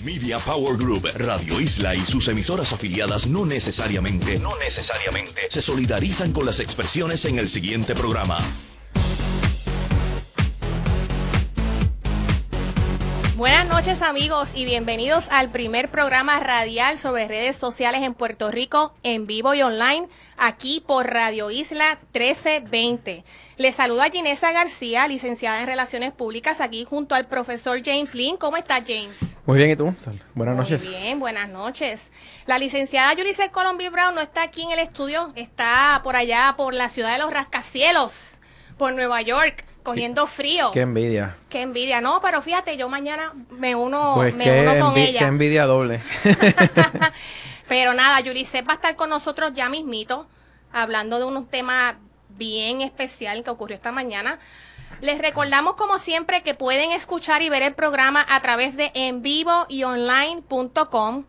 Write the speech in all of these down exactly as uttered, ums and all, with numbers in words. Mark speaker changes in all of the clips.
Speaker 1: Media Power Group, Radio Isla y sus emisoras afiliadas no necesariamente, no necesariamente se solidarizan con las expresiones en el siguiente programa.
Speaker 2: Buenas noches, amigos, y bienvenidos al primer programa radial sobre redes sociales en Puerto Rico, en vivo y online, aquí por Radio Isla trece veinte. Les saluda Ginesa García, licenciada en Relaciones Públicas, aquí junto al profesor James Lynn. ¿Cómo estás, James?
Speaker 3: Muy bien, ¿y tú? Buenas
Speaker 2: Muy
Speaker 3: noches.
Speaker 2: Muy bien, buenas noches. La licenciada Yulisset Colombi Brown no está aquí en el estudio, está por allá, por la ciudad de los rascacielos, por Nueva York, cogiendo frío.
Speaker 3: Qué envidia.
Speaker 2: Qué envidia. No, pero fíjate, yo mañana me uno,
Speaker 3: pues
Speaker 2: me
Speaker 3: qué
Speaker 2: uno con
Speaker 3: envi
Speaker 2: ella.
Speaker 3: Qué envidia doble.
Speaker 2: Pero nada, Yulisset va a estar con nosotros ya mismito, hablando de unos temas bien especial que ocurrió esta mañana. Les recordamos, como siempre, que pueden escuchar y ver el programa a través de en vivo y online punto com,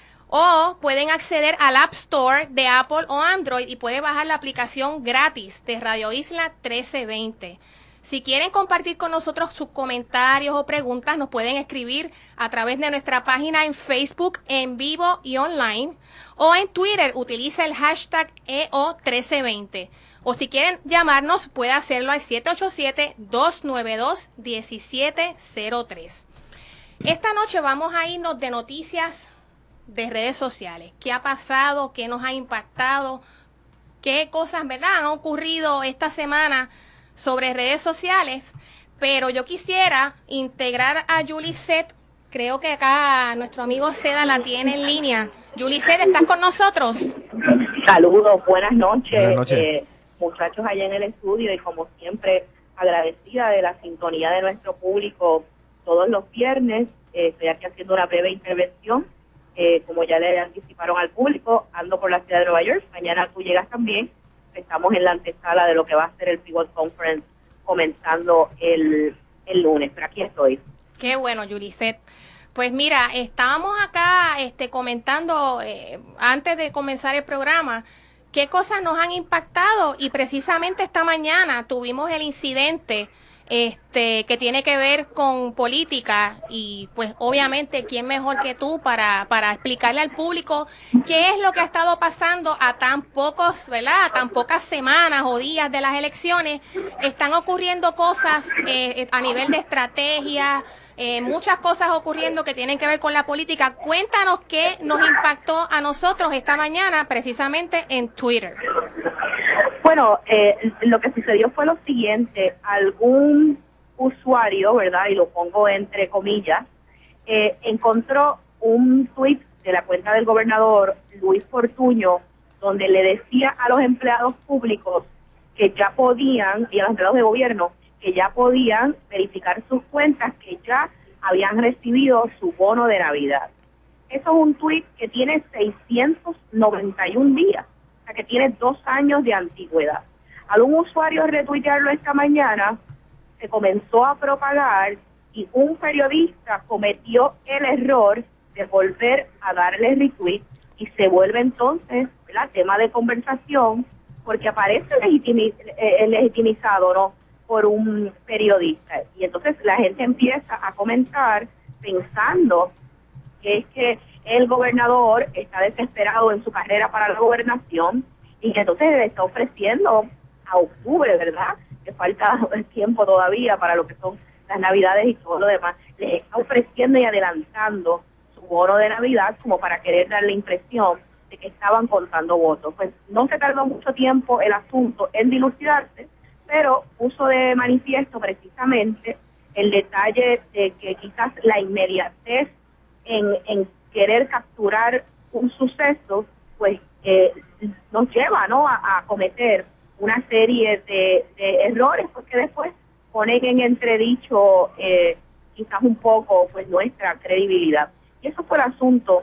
Speaker 2: o pueden acceder al App Store de Apple o Android y pueden bajar la aplicación gratis de Radio Isla trece veinte. Si quieren compartir con nosotros sus comentarios o preguntas, nos pueden escribir a través de nuestra página en Facebook, en vivo y online, o en Twitter, utiliza el hashtag E O trece veinte. O si quieren llamarnos, puede hacerlo al siete ocho siete, dos nueve dos, uno siete cero tres. Esta noche vamos a irnos de noticias de redes sociales. ¿Qué ha pasado? ¿Qué nos ha impactado? ¿Qué cosas, verdad, han ocurrido esta semana sobre redes sociales? Pero yo quisiera integrar a Yulisset. Creo que acá nuestro amigo Seda la tiene en línea. Yulisset, ¿estás con nosotros?
Speaker 4: Saludos, buenas noches,
Speaker 3: buenas noches.
Speaker 4: Eh, muchachos allá en el estudio, y como siempre agradecida de la sintonía de nuestro público todos los viernes. Eh, estoy aquí haciendo una breve intervención. Eh, como ya le anticiparon al público, ando por la ciudad de Nueva York. Mañana tú llegas también. Estamos en la antesala de lo que va a ser el Pivot Conference comenzando el, el lunes, pero aquí estoy.
Speaker 2: Qué bueno, Yulisset. Pues mira, estábamos acá este, comentando eh, antes de comenzar el programa qué cosas nos han impactado, y precisamente esta mañana tuvimos el incidente este que tiene que ver con política, y pues obviamente quién mejor que tú para, para explicarle al público qué es lo que ha estado pasando a tan pocos, ¿verdad? A tan pocas semanas o días de las elecciones. Están ocurriendo cosas eh, a nivel de estrategia, eh, muchas cosas ocurriendo que tienen que ver con la política. Cuéntanos qué nos impactó a nosotros esta mañana precisamente en Twitter.
Speaker 4: Bueno, eh, lo que sucedió fue lo siguiente: algún usuario, ¿verdad?, y lo pongo entre comillas, eh, encontró un tuit de la cuenta del gobernador Luis Fortuño, donde le decía a los empleados públicos que ya podían, y a los empleados de gobierno, que ya podían verificar sus cuentas, que ya habían recibido su bono de Navidad. Eso es un tuit que tiene seiscientos noventa y un días. O sea, que tiene dos años de antigüedad. Al un usuario retuitearlo esta mañana, se comenzó a propagar, y un periodista cometió el error de volver a darle retweet, y se vuelve entonces, ¿verdad?, tema de conversación, porque aparece legitimi eh, legitimizado, ¿no?, por un periodista. Y entonces la gente empieza a comentar pensando que es que el gobernador está desesperado en su carrera para la gobernación, y que entonces le está ofreciendo a octubre, ¿verdad?, que falta el tiempo todavía para lo que son las Navidades y todo lo demás, le está ofreciendo y adelantando su bono de Navidad como para querer dar la impresión de que estaban contando votos. Pues no se tardó mucho tiempo el asunto en dilucidarse, pero puso de manifiesto precisamente el detalle de que quizás la inmediatez en, en querer capturar un suceso, pues eh, nos lleva, ¿no?, a, a cometer una serie de, de errores, porque después ponen en entredicho eh, quizás un poco pues nuestra credibilidad. Y eso fue el asunto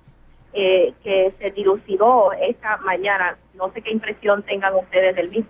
Speaker 4: eh, que se dilucidó esta mañana. No sé qué impresión tengan ustedes del mismo.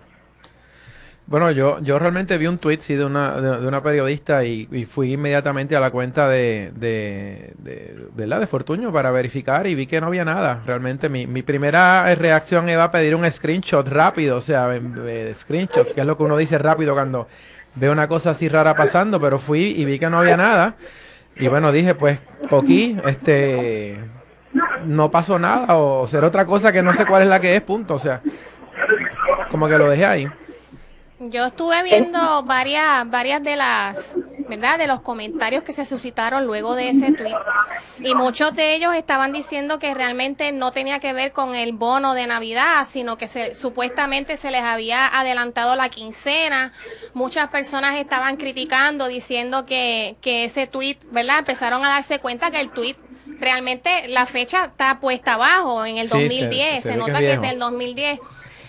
Speaker 3: Bueno, yo yo realmente vi un tweet, sí, de una de, de una periodista, y, y fui inmediatamente a la cuenta de de, de, de, la de Fortuño para verificar, y vi que no había nada. Realmente mi, mi primera reacción era pedir un screenshot rápido, o sea, eh, screenshots, que es lo que uno dice rápido cuando ve una cosa así rara pasando, pero fui y vi que no había nada. Y bueno, dije, pues, Coquí, este, no pasó nada, o será otra cosa que no sé cuál es la que es, punto. O sea, como que lo dejé ahí.
Speaker 2: Yo estuve viendo varias, varias de las, ¿verdad? De los comentarios que se suscitaron luego de ese tweet. Y muchos de ellos estaban diciendo que realmente no tenía que ver con el bono de Navidad, sino que se, supuestamente se les había adelantado la quincena. Muchas personas estaban criticando, diciendo que, que ese tweet, ¿verdad? Empezaron a darse cuenta que el tweet realmente la fecha está puesta abajo en el
Speaker 3: Sí,
Speaker 2: dos mil diez,
Speaker 3: se- se
Speaker 2: se,
Speaker 3: ve que
Speaker 2: nota
Speaker 3: es
Speaker 2: que es
Speaker 3: viejo.
Speaker 2: del dos mil diez.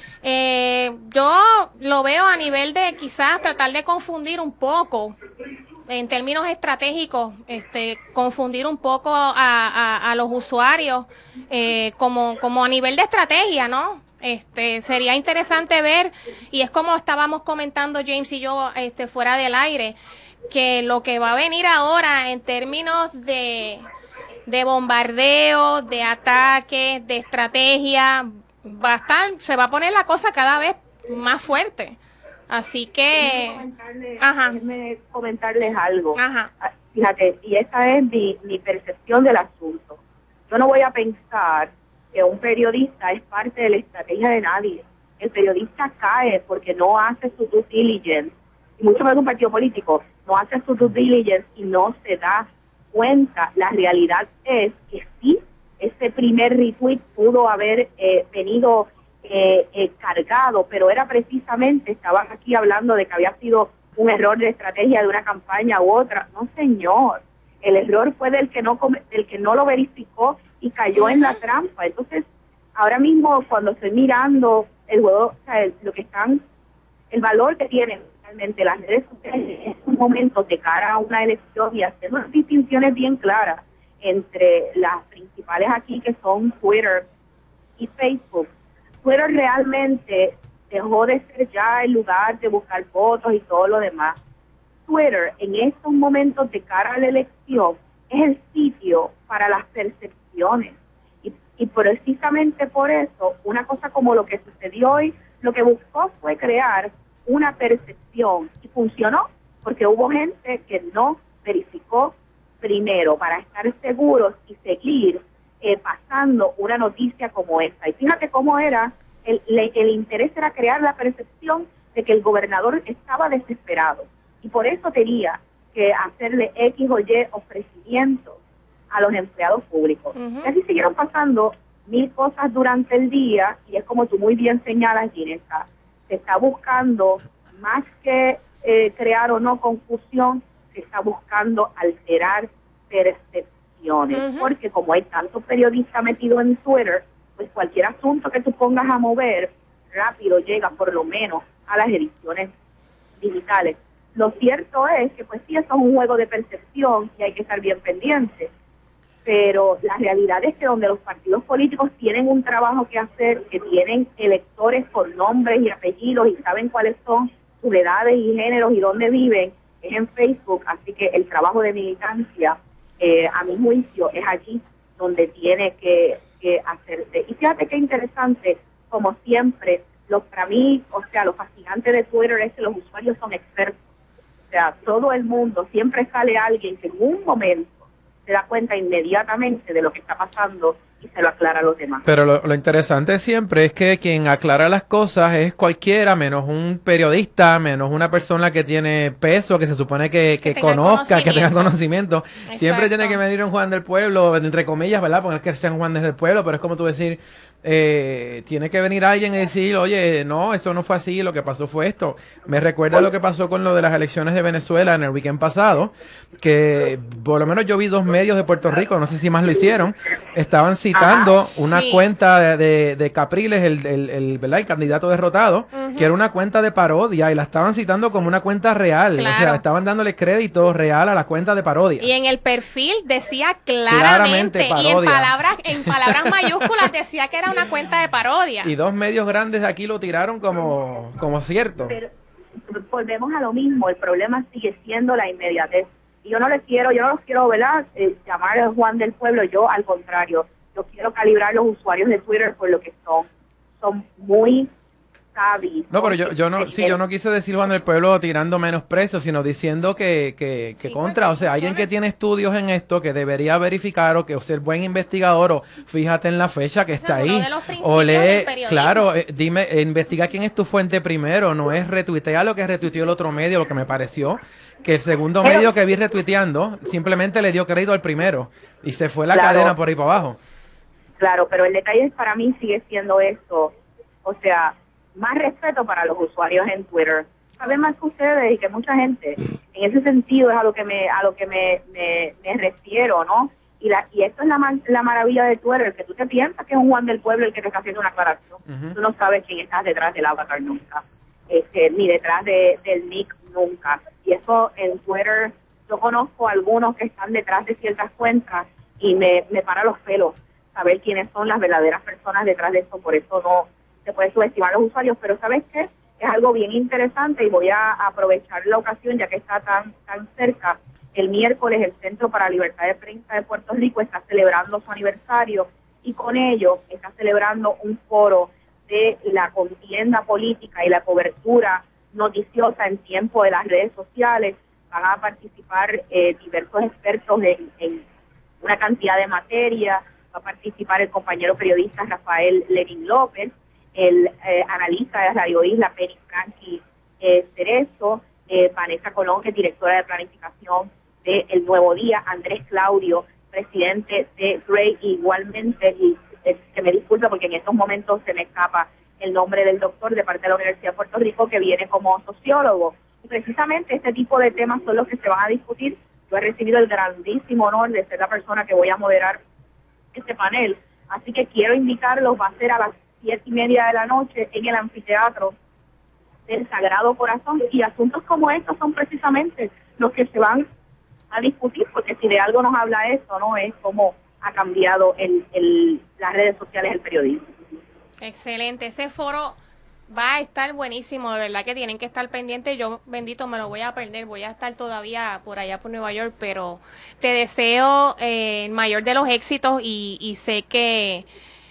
Speaker 2: Eh, yo lo veo a nivel de quizás tratar de confundir un poco, en términos estratégicos, este, confundir un poco a, a, a los usuarios, eh, como, como a nivel de estrategia, ¿no? Este, sería interesante ver, y es como estábamos comentando James y yo, este, fuera del aire, que lo que va a venir ahora en términos de, de bombardeo, de ataques, de estrategia, va a estar, se va a poner la cosa cada vez más fuerte. Así que,
Speaker 4: Déjenme comentarles,
Speaker 2: ajá,
Speaker 4: déjenme comentarles algo.
Speaker 2: ajá.
Speaker 4: Ah, Fíjate, y esa es mi, mi percepción del asunto. Yo no voy a pensar que un periodista es parte de la estrategia de nadie. El periodista cae porque no hace su due diligence, y mucho menos un partido político, no hace su due diligence y no se da cuenta. La realidad es que sí, ese primer retweet pudo haber eh, venido eh, eh, cargado, pero era precisamente, estaban aquí hablando de que había sido un error de estrategia de una campaña u otra. No, señor, el error fue del que no come, del que no lo verificó y cayó en la trampa. Entonces, ahora mismo cuando estoy mirando el juego, o sea, el- lo que están, el valor que tienen realmente las redes sociales en estos momentos de cara a una elección y haciendo unas distinciones bien claras entre las principales aquí que son Twitter y Facebook. Twitter realmente dejó de ser ya el lugar de buscar votos y todo lo demás. Twitter en estos momentos de cara a la elección es el sitio para las percepciones. Y, y precisamente por eso, una cosa como lo que sucedió hoy, lo que buscó fue crear una percepción y funcionó, porque hubo gente que no verificó primero para estar seguros y seguir eh, pasando una noticia como esta. Y fíjate cómo era, el, le- el interés era crear la percepción de que el gobernador estaba desesperado y por eso tenía que hacerle X o Y ofrecimientos a los empleados públicos.
Speaker 2: Ujú.
Speaker 4: Y así siguieron pasando mil cosas durante el día y es como tú muy bien señalas, Ginesta, se está buscando más que eh, crear o no confusión, se está buscando alterar percepciones,
Speaker 2: Ujú.
Speaker 4: porque como hay tantos periodistas metidos en Twitter, pues cualquier asunto que tú pongas a mover rápido llega por lo menos a las ediciones digitales. Lo cierto es que pues sí, eso es un juego de percepción y hay que estar bien pendiente, pero la realidad es que donde los partidos políticos tienen un trabajo que hacer, que tienen electores por nombres y apellidos y saben cuáles son sus edades y géneros y dónde viven, es en Facebook. Así que el trabajo de militancia, eh, a mi juicio, es allí donde tiene que, que hacerse. Y fíjate qué interesante, como siempre, los, para mí, o sea, lo fascinante de Twitter es que los usuarios son expertos. O sea, todo el mundo, siempre sale alguien que en un momento se da cuenta inmediatamente de lo que está pasando y se lo aclara a los demás.
Speaker 3: Pero lo, lo interesante siempre es que quien aclara las cosas es cualquiera, menos un periodista, menos una persona que tiene peso, que se supone que, que,
Speaker 2: Que tenga
Speaker 3: conozca, que tenga
Speaker 2: conocimiento.
Speaker 3: conocimiento. Siempre
Speaker 2: Exacto.
Speaker 3: tiene que venir un Juan del Pueblo, entre comillas, ¿verdad? Porque no es que sean Juan del Pueblo, pero es como tú decir, eh, tiene que venir alguien y decir, oye, no, eso no fue así, lo que pasó fue esto. Me recuerda lo que pasó con lo de las elecciones de Venezuela en el weekend pasado, que por lo menos yo vi dos medios de Puerto Rico, no sé si más lo hicieron, estaban citando
Speaker 2: Ah,
Speaker 3: una
Speaker 2: sí.
Speaker 3: cuenta de, de, de Capriles, el, el, el, ¿verdad? El candidato derrotado,
Speaker 2: Ujú.
Speaker 3: que era una cuenta de parodia y la estaban citando como una cuenta real. O sea,
Speaker 2: Claro.
Speaker 3: estaban dándole crédito real a la cuenta de parodia.
Speaker 2: Y en el perfil decía
Speaker 3: Claramente
Speaker 2: claramente, y en
Speaker 3: parodia.
Speaker 2: palabras, en palabras mayúsculas decía que era una cuenta de parodia.
Speaker 3: Y dos medios grandes de aquí lo tiraron como, como cierto.
Speaker 4: Pero volvemos a lo mismo, el problema sigue siendo la inmediatez. Y yo no les quiero, yo no los quiero, ¿verdad? Eh, llamar a Juan del Pueblo, yo al contrario, yo quiero calibrar los usuarios de Twitter por lo que son. Son muy savvy.
Speaker 3: No, pero yo, yo no,
Speaker 4: El-
Speaker 3: sí, yo no quise decir Juan del Pueblo tirando menos precio, sino diciendo que, que, que
Speaker 2: Sí,
Speaker 3: contra, o sea, alguien que tiene estudios en esto, que debería verificar o que ser buen investigador, o fíjate en la fecha que
Speaker 2: Ese
Speaker 3: está
Speaker 2: es uno
Speaker 3: ahí,
Speaker 2: de los principios
Speaker 3: o
Speaker 2: del
Speaker 3: lee,
Speaker 2: periodismo.
Speaker 3: claro, eh, dime, eh, investiga quién es tu fuente primero, no es retuitea lo que retuiteó el otro medio, porque me pareció que el segundo
Speaker 4: Pero-
Speaker 3: medio que vi retuiteando simplemente le dio crédito al primero y se fue la
Speaker 4: Claro.
Speaker 3: cadena por ahí para abajo.
Speaker 4: Claro, pero el detalle para mí sigue siendo esto, o sea, más respeto para los usuarios en Twitter. Saben más que ustedes y que mucha gente. En ese sentido es a lo que me a lo que me, me, me refiero, ¿no? Y la y esto es la, man- la maravilla de Twitter, que tú te piensas que es un Juan del Pueblo el que te está haciendo una aclaración.
Speaker 3: Ujú.
Speaker 4: Tú no sabes quién está detrás del avatar nunca, este, ni detrás de, del nick nunca. Y eso en Twitter, yo conozco a algunos que están detrás de ciertas cuentas y me, me para los pelos saber quiénes son las verdaderas personas detrás de eso. Por eso no se puede subestimar a los usuarios, pero ¿sabes qué? Es algo bien interesante y voy a aprovechar la ocasión ya que está tan tan cerca. El miércoles el Centro para la Libertad de Prensa de Puerto Rico está celebrando su aniversario y con ello está celebrando un foro de la contienda política y la cobertura noticiosa en tiempo de las redes sociales. Van a participar eh, diversos expertos en, en una cantidad de materia. Va a participar el compañero periodista Rafael Lenín López, el eh, analista de Radio Isla, Penny Frankie eh, Cerezo, eh, Vanessa Colón, que es directora de planificación de El Nuevo Día, Andrés Claudio, presidente de Grey, igualmente, y eh, se me disculpa porque en estos momentos se me escapa el nombre del doctor de parte de la Universidad de Puerto Rico, que viene como sociólogo. Y precisamente este tipo de temas son los que se van a discutir. Yo he recibido el grandísimo honor de ser la persona que voy a moderar este panel, así que quiero invitarlos, va a ser a las siete y media de la noche en el anfiteatro del Sagrado Corazón, y asuntos como estos son precisamente los que se van a discutir, porque si de algo nos habla eso, ¿no? Es cómo ha cambiado el, el, las redes sociales, el periodismo.
Speaker 2: Excelente, ese foro va a estar buenísimo, de verdad que tienen que estar pendientes. Yo, bendito, me lo voy a perder, voy a estar todavía por allá por Nueva York, pero te deseo eh, el mayor de los éxitos y, y sé que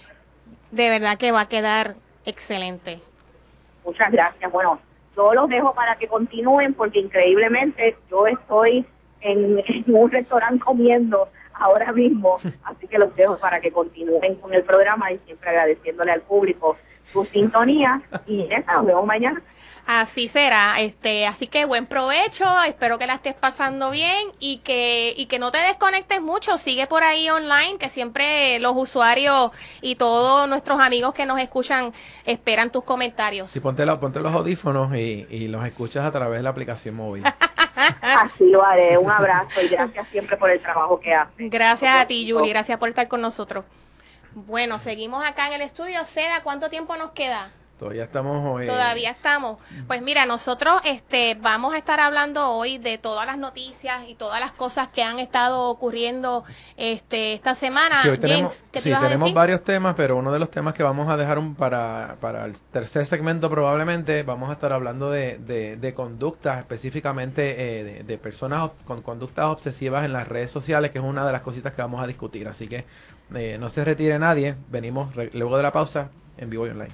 Speaker 2: de verdad que va a quedar excelente.
Speaker 4: Muchas gracias. Bueno, yo los dejo para que continúen, porque increíblemente yo estoy en, en un restaurante comiendo ahora mismo, así que los dejo para que continúen con el programa y siempre agradeciéndole al público su sintonía, y esa, nos vemos mañana.
Speaker 2: Así será, este, así que buen provecho, espero que la estés pasando bien y que, y que no te desconectes mucho, sigue por ahí online, que siempre los usuarios y todos nuestros amigos que nos escuchan esperan tus comentarios.
Speaker 3: Sí, ponte, la, ponte los audífonos y, y los escuchas a través de la aplicación móvil.
Speaker 4: Así lo haré. Un abrazo y gracias siempre por el trabajo que hacen.
Speaker 2: Gracias a ti, Julie, gracias por estar con nosotros. Bueno, seguimos acá en el estudio. Seda, ¿cuánto tiempo nos queda?
Speaker 3: Todavía estamos hoy.
Speaker 2: Todavía estamos. Pues mira, nosotros este vamos a estar hablando hoy de todas las noticias y todas las cosas que han estado ocurriendo este esta semana.
Speaker 3: Sí, hoy
Speaker 2: James,
Speaker 3: tenemos,
Speaker 2: ¿qué te
Speaker 3: sí,
Speaker 2: ibas a
Speaker 3: tenemos
Speaker 2: decir?
Speaker 3: varios temas, pero uno de los temas que vamos a dejar un, para, para el tercer segmento probablemente, vamos a estar hablando de, de, de conductas, específicamente eh, de, de personas ob- con conductas obsesivas en las redes sociales, que es una de las cositas que vamos a discutir. Así que eh, no se retire nadie, venimos re- luego de la pausa en vivo y online.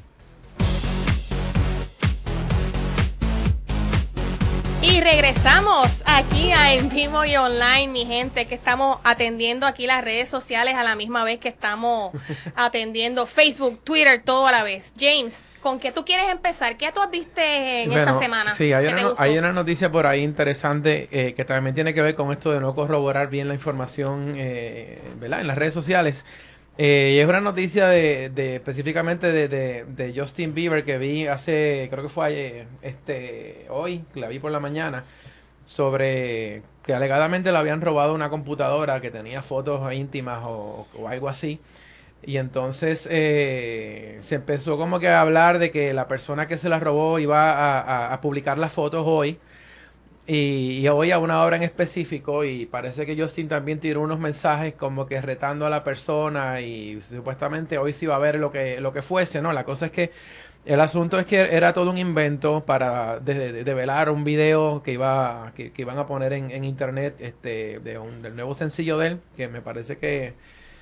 Speaker 2: Y regresamos aquí a En Vivo y Online, mi gente, que estamos atendiendo aquí las redes sociales a la misma vez que estamos atendiendo Facebook, Twitter, todo a la vez. James, ¿con qué tú quieres empezar? ¿Qué tú viste en
Speaker 3: Bueno,
Speaker 2: esta semana?
Speaker 3: Sí, hay
Speaker 2: ¿Qué
Speaker 3: una,
Speaker 2: te
Speaker 3: no-
Speaker 2: gustó?
Speaker 3: hay una noticia por ahí interesante eh, que también tiene que ver con esto de no corroborar bien la información, eh, ¿verdad? En las redes sociales. Eh, y es una noticia de, de específicamente de, de, de Justin Bieber que vi hace, creo que fue ayer, este, hoy, que la vi por la mañana, sobre que alegadamente le habían robado una computadora que tenía fotos íntimas o, o algo así. Y entonces eh, se empezó como que a hablar de que la persona que se la robó iba a, a- a publicar las fotos hoy. Y, y hoy a una hora en específico, y parece que Justin también tiró unos mensajes como que retando a la persona, y supuestamente hoy sí va a ver lo que, lo que fuese, ¿no? La cosa es que el asunto es que era todo un invento para de- de- develar un video que iba que, que iban a poner en, en internet, este de un, del nuevo sencillo de él, que me parece que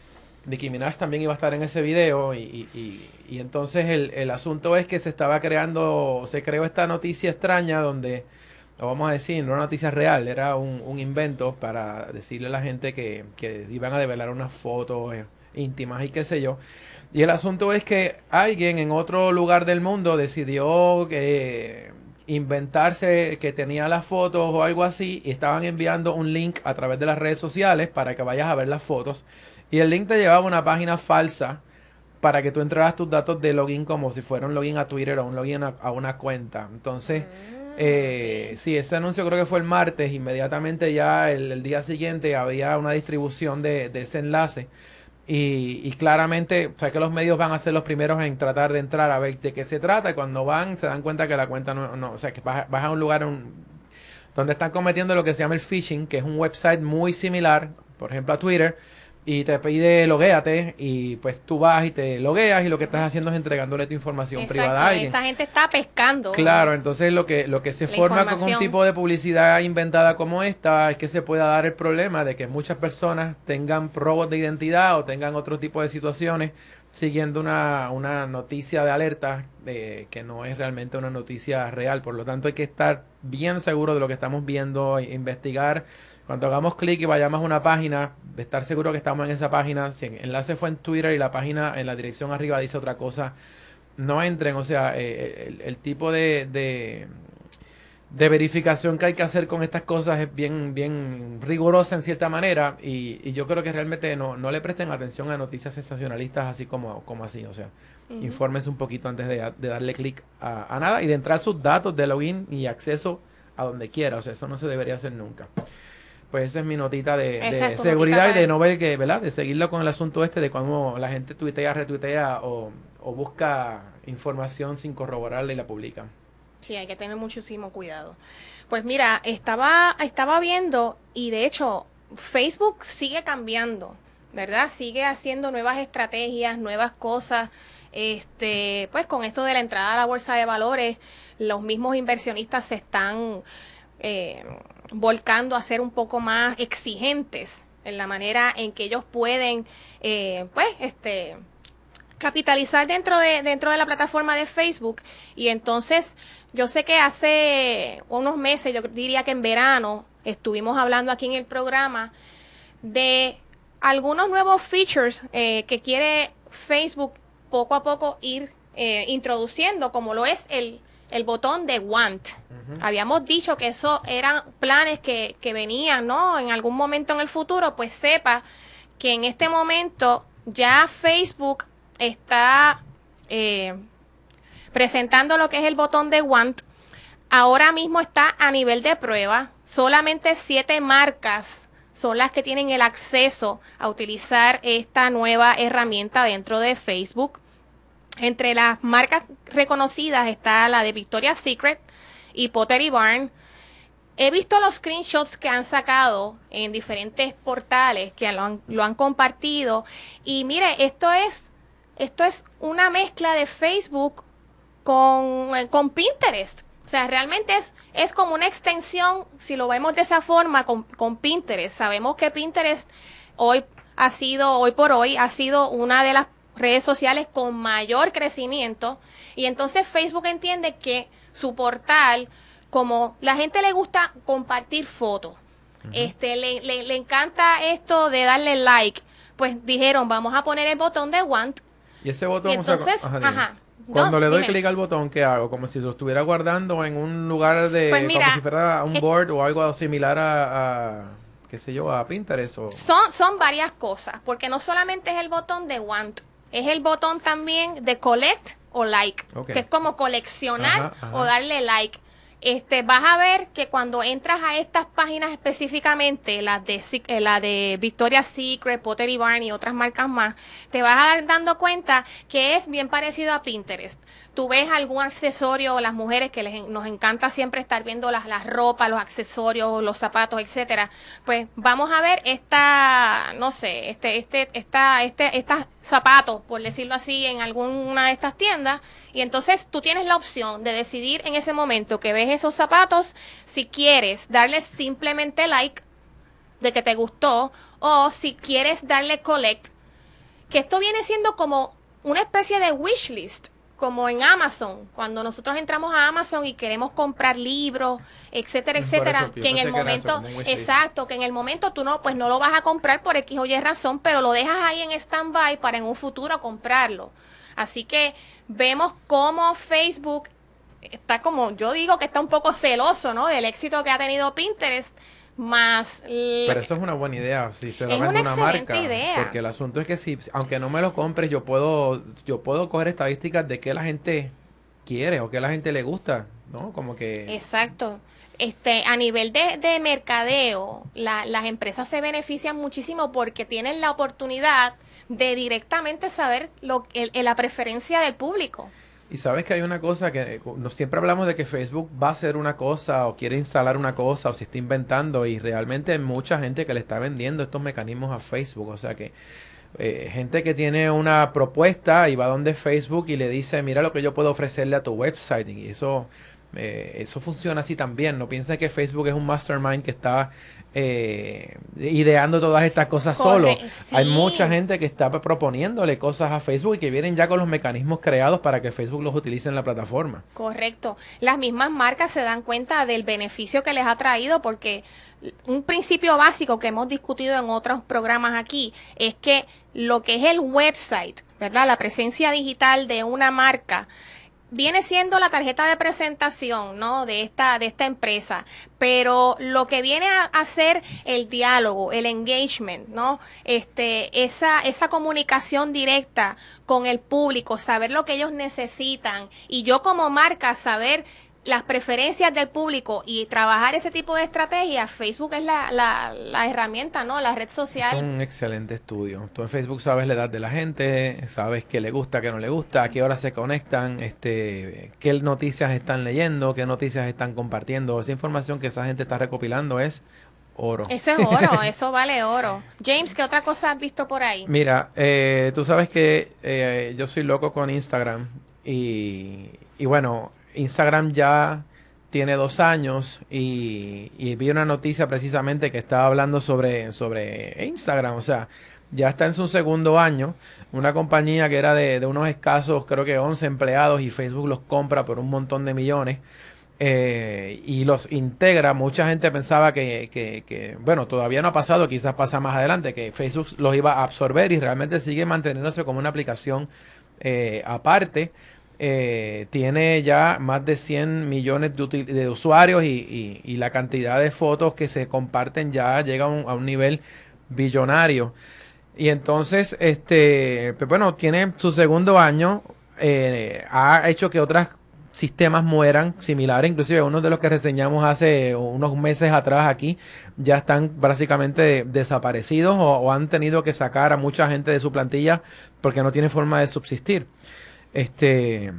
Speaker 3: Nicki Minaj también iba a estar en ese video y, y, y, y entonces el, el asunto es que se estaba creando, se creó esta noticia extraña donde, lo vamos a decir, no era una noticia real, era un, un invento para decirle a la gente que, que iban a develar unas fotos eh, íntimas y qué sé yo. Y el asunto es que alguien en otro lugar del mundo decidió que inventarse que tenía las fotos o algo así y estaban enviando un link a través de las redes sociales para que vayas a ver las fotos y el link te llevaba a una página falsa para que tú entraras tus datos de login como si fuera un login a Twitter o un login a, a una cuenta. Entonces, eh, okay. sí, ese anuncio creo que fue el martes, inmediatamente ya el, el día siguiente había una distribución de, de ese enlace. Y, y claramente, o sea que los medios van a ser los primeros en tratar de entrar a ver de qué se trata y cuando van se dan cuenta que la cuenta no, no o sea que vas, vas a un lugar un, donde están cometiendo lo que se llama el phishing, que es un website muy similar, por ejemplo a Twitter, y te pide loguéate y pues tú vas y te logueas y lo que estás haciendo es entregándole tu información
Speaker 2: Exacto,
Speaker 3: privada a alguien.
Speaker 2: Esta gente está pescando.
Speaker 3: Claro, entonces lo que lo que se forma con un tipo de publicidad inventada como esta es que se pueda dar el problema de que muchas personas tengan robos de identidad o tengan otro tipo de situaciones siguiendo una, una noticia de alerta de que no es realmente una noticia real. Por lo tanto hay que estar bien seguro de lo que estamos viendo, investigar. Cuando hagamos clic y vayamos a una página, estar seguro que estamos en esa página. Si el enlace fue en Twitter y la página en la dirección arriba dice otra cosa, no entren. O sea, eh, el, el tipo de, de, de verificación que hay que hacer con estas cosas es bien, bien rigurosa en cierta manera. Y, y yo creo que realmente no, no le presten atención a noticias sensacionalistas así como, como así. O sea, uh-huh. infórmense un poquito antes de, de darle clic a, a nada y de entrar sus datos de login y acceso a donde quiera. O sea, eso no se debería hacer nunca. Pues esa es mi notita de, de seguridad y de no ver que, ¿verdad? De seguirlo con el asunto este de cuando la gente tuitea, retuitea o, o busca información sin corroborarla y la publica.
Speaker 2: Sí, hay que tener muchísimo cuidado. Pues mira, estaba, estaba viendo y de hecho Facebook sigue cambiando, ¿verdad? Sigue haciendo nuevas estrategias, nuevas cosas. Este, pues con esto de la entrada a la bolsa de valores, los mismos inversionistas se están eh, volcando a ser un poco más exigentes en la manera en que ellos pueden, eh, pues, este, capitalizar dentro de dentro de la plataforma de Facebook. Y entonces, yo sé que hace unos meses, yo diría que en verano, estuvimos hablando aquí en el programa de algunos nuevos features eh, que quiere Facebook poco a poco ir eh, introduciendo, como lo es el el botón de Want. Uh-huh. Habíamos dicho que eso eran planes que, que venían, ¿no? En algún momento en el futuro, pues sepa que en este momento ya Facebook está eh, presentando lo que es el botón de Want. Ahora mismo está a nivel de prueba. Solamente siete marcas son las que tienen el acceso a utilizar esta nueva herramienta dentro de Facebook. Entre las marcas reconocidas está la de Victoria's Secret y Pottery Barn. He visto los screenshots que han sacado en diferentes portales que lo han, lo han compartido. Y mire, esto es, esto es una mezcla de Facebook con, con Pinterest. O sea, realmente es, es como una extensión, si lo vemos de esa forma, con, con Pinterest. Sabemos que Pinterest hoy ha sido, hoy por hoy, ha sido una de las redes sociales con mayor crecimiento, y entonces Facebook entiende que su portal, como la gente le gusta compartir fotos, uh-huh. este le, le, le encanta esto de darle like, pues dijeron vamos a poner el botón de Want.
Speaker 3: Y ese botón,
Speaker 2: y entonces,
Speaker 3: o sea, ajá,
Speaker 2: ajá,
Speaker 3: cuando
Speaker 2: no,
Speaker 3: le doy
Speaker 2: dime.
Speaker 3: clic al botón, ¿qué hago? Como si lo estuviera guardando en un lugar de,
Speaker 2: pues mira,
Speaker 3: como si fuera un board o algo similar a, a qué sé yo, a Pinterest o...
Speaker 2: Son, son varias cosas, porque no solamente es el botón de Want, es el botón también de collect o like, okay. que es como coleccionar ajá, ajá. o darle like. Este, vas a ver que cuando entras a estas páginas específicamente, las de eh, la de Victoria's Secret, Pottery Barn y otras marcas más, te vas a dar dando cuenta que es bien parecido a Pinterest. Tú ves algún accesorio, las mujeres que les, nos encanta siempre estar viendo las, las ropas, los accesorios, los zapatos, etcétera. Pues vamos a ver esta, no sé, este, este, esta, este, estas zapatos, por decirlo así, en alguna de estas tiendas. Y entonces tú tienes la opción de decidir en ese momento que ves esos zapatos, si quieres darle simplemente like de que te gustó, o si quieres darle collect que esto viene siendo como una especie de wish list, como en Amazon, cuando nosotros entramos a Amazon y queremos comprar libros, etcétera, etcétera,
Speaker 3: eso,
Speaker 2: que en el momento, eso, exacto, que en el momento tú no, pues no lo vas a comprar por X o Y razón, pero lo dejas ahí en stand-by para en un futuro comprarlo. Así que vemos cómo Facebook está como, yo digo que está un poco celoso, ¿no? Del éxito que ha tenido Pinterest, más...
Speaker 3: Pero eso es una buena idea, si se lo vende una marca,
Speaker 2: idea.
Speaker 3: Porque el asunto es que si, aunque no me lo compres, yo puedo, yo puedo coger estadísticas de qué la gente quiere o qué la gente le gusta, ¿no? Como que...
Speaker 2: Exacto. Este, a nivel de, de mercadeo, la, las empresas se benefician muchísimo porque tienen la oportunidad de directamente saber lo, el, el, la preferencia del público.
Speaker 3: Y sabes que hay una cosa que no, siempre hablamos de que Facebook va a hacer una cosa o quiere instalar una cosa o se está inventando, y realmente hay mucha gente que le está vendiendo estos mecanismos a Facebook. O sea que eh, gente que tiene una propuesta y va donde Facebook y le dice, mira lo que yo puedo ofrecerle a tu website, y eso eh, eso funciona así también. No pienses que Facebook es un mastermind que está eh, ideando todas estas cosas Corre, solo. Sí. Hay mucha gente que está proponiéndole cosas a Facebook y que vienen ya con los mecanismos creados para que Facebook los utilice en la plataforma.
Speaker 2: Correcto. Las mismas marcas se dan cuenta del beneficio que les ha traído, porque un principio básico que hemos discutido en otros programas aquí es que lo que es el website, ¿verdad? La presencia digital de una marca viene siendo la tarjeta de presentación, ¿no? De esta, de esta empresa, pero lo que viene a hacer el diálogo, el engagement, ¿no? Este, esa, esa comunicación directa con el público, saber lo que ellos necesitan, y yo como marca saber las preferencias del público y trabajar ese tipo de estrategias. Facebook es la, la, la herramienta, ¿no? La red social.
Speaker 3: Es un excelente estudio. Tú en Facebook sabes la edad de la gente, sabes qué le gusta, qué no le gusta, a qué horas se conectan, este, qué noticias están leyendo, qué noticias están compartiendo. Esa información que esa gente está recopilando es oro.
Speaker 2: Eso es oro, eso vale oro. James, ¿qué otra cosa has visto por ahí?
Speaker 3: Mira, eh, tú sabes que eh, yo soy loco con Instagram y, y bueno... Instagram ya tiene dos años y, y vi una noticia precisamente que estaba hablando sobre, sobre Instagram. O sea, ya está en su segundo año. Una compañía que era de, de unos escasos, creo que once empleados, y Facebook los compra por un montón de millones eh, y los integra. Mucha gente pensaba que, que, que, bueno, todavía no ha pasado, quizás pasa más adelante, que Facebook los iba a absorber, y realmente sigue manteniéndose como una aplicación eh, aparte. Eh, tiene ya más de cien millones de, de usuarios y, y, y la cantidad de fotos que se comparten ya llega a un, a un nivel billonario. Y entonces, este, pues bueno, tiene su segundo año, eh, ha hecho que otros sistemas mueran, similares, inclusive uno de los que reseñamos hace unos meses atrás aquí, ya están básicamente desaparecidos o, o han tenido que sacar a mucha gente de su plantilla porque no tiene forma de subsistir. Este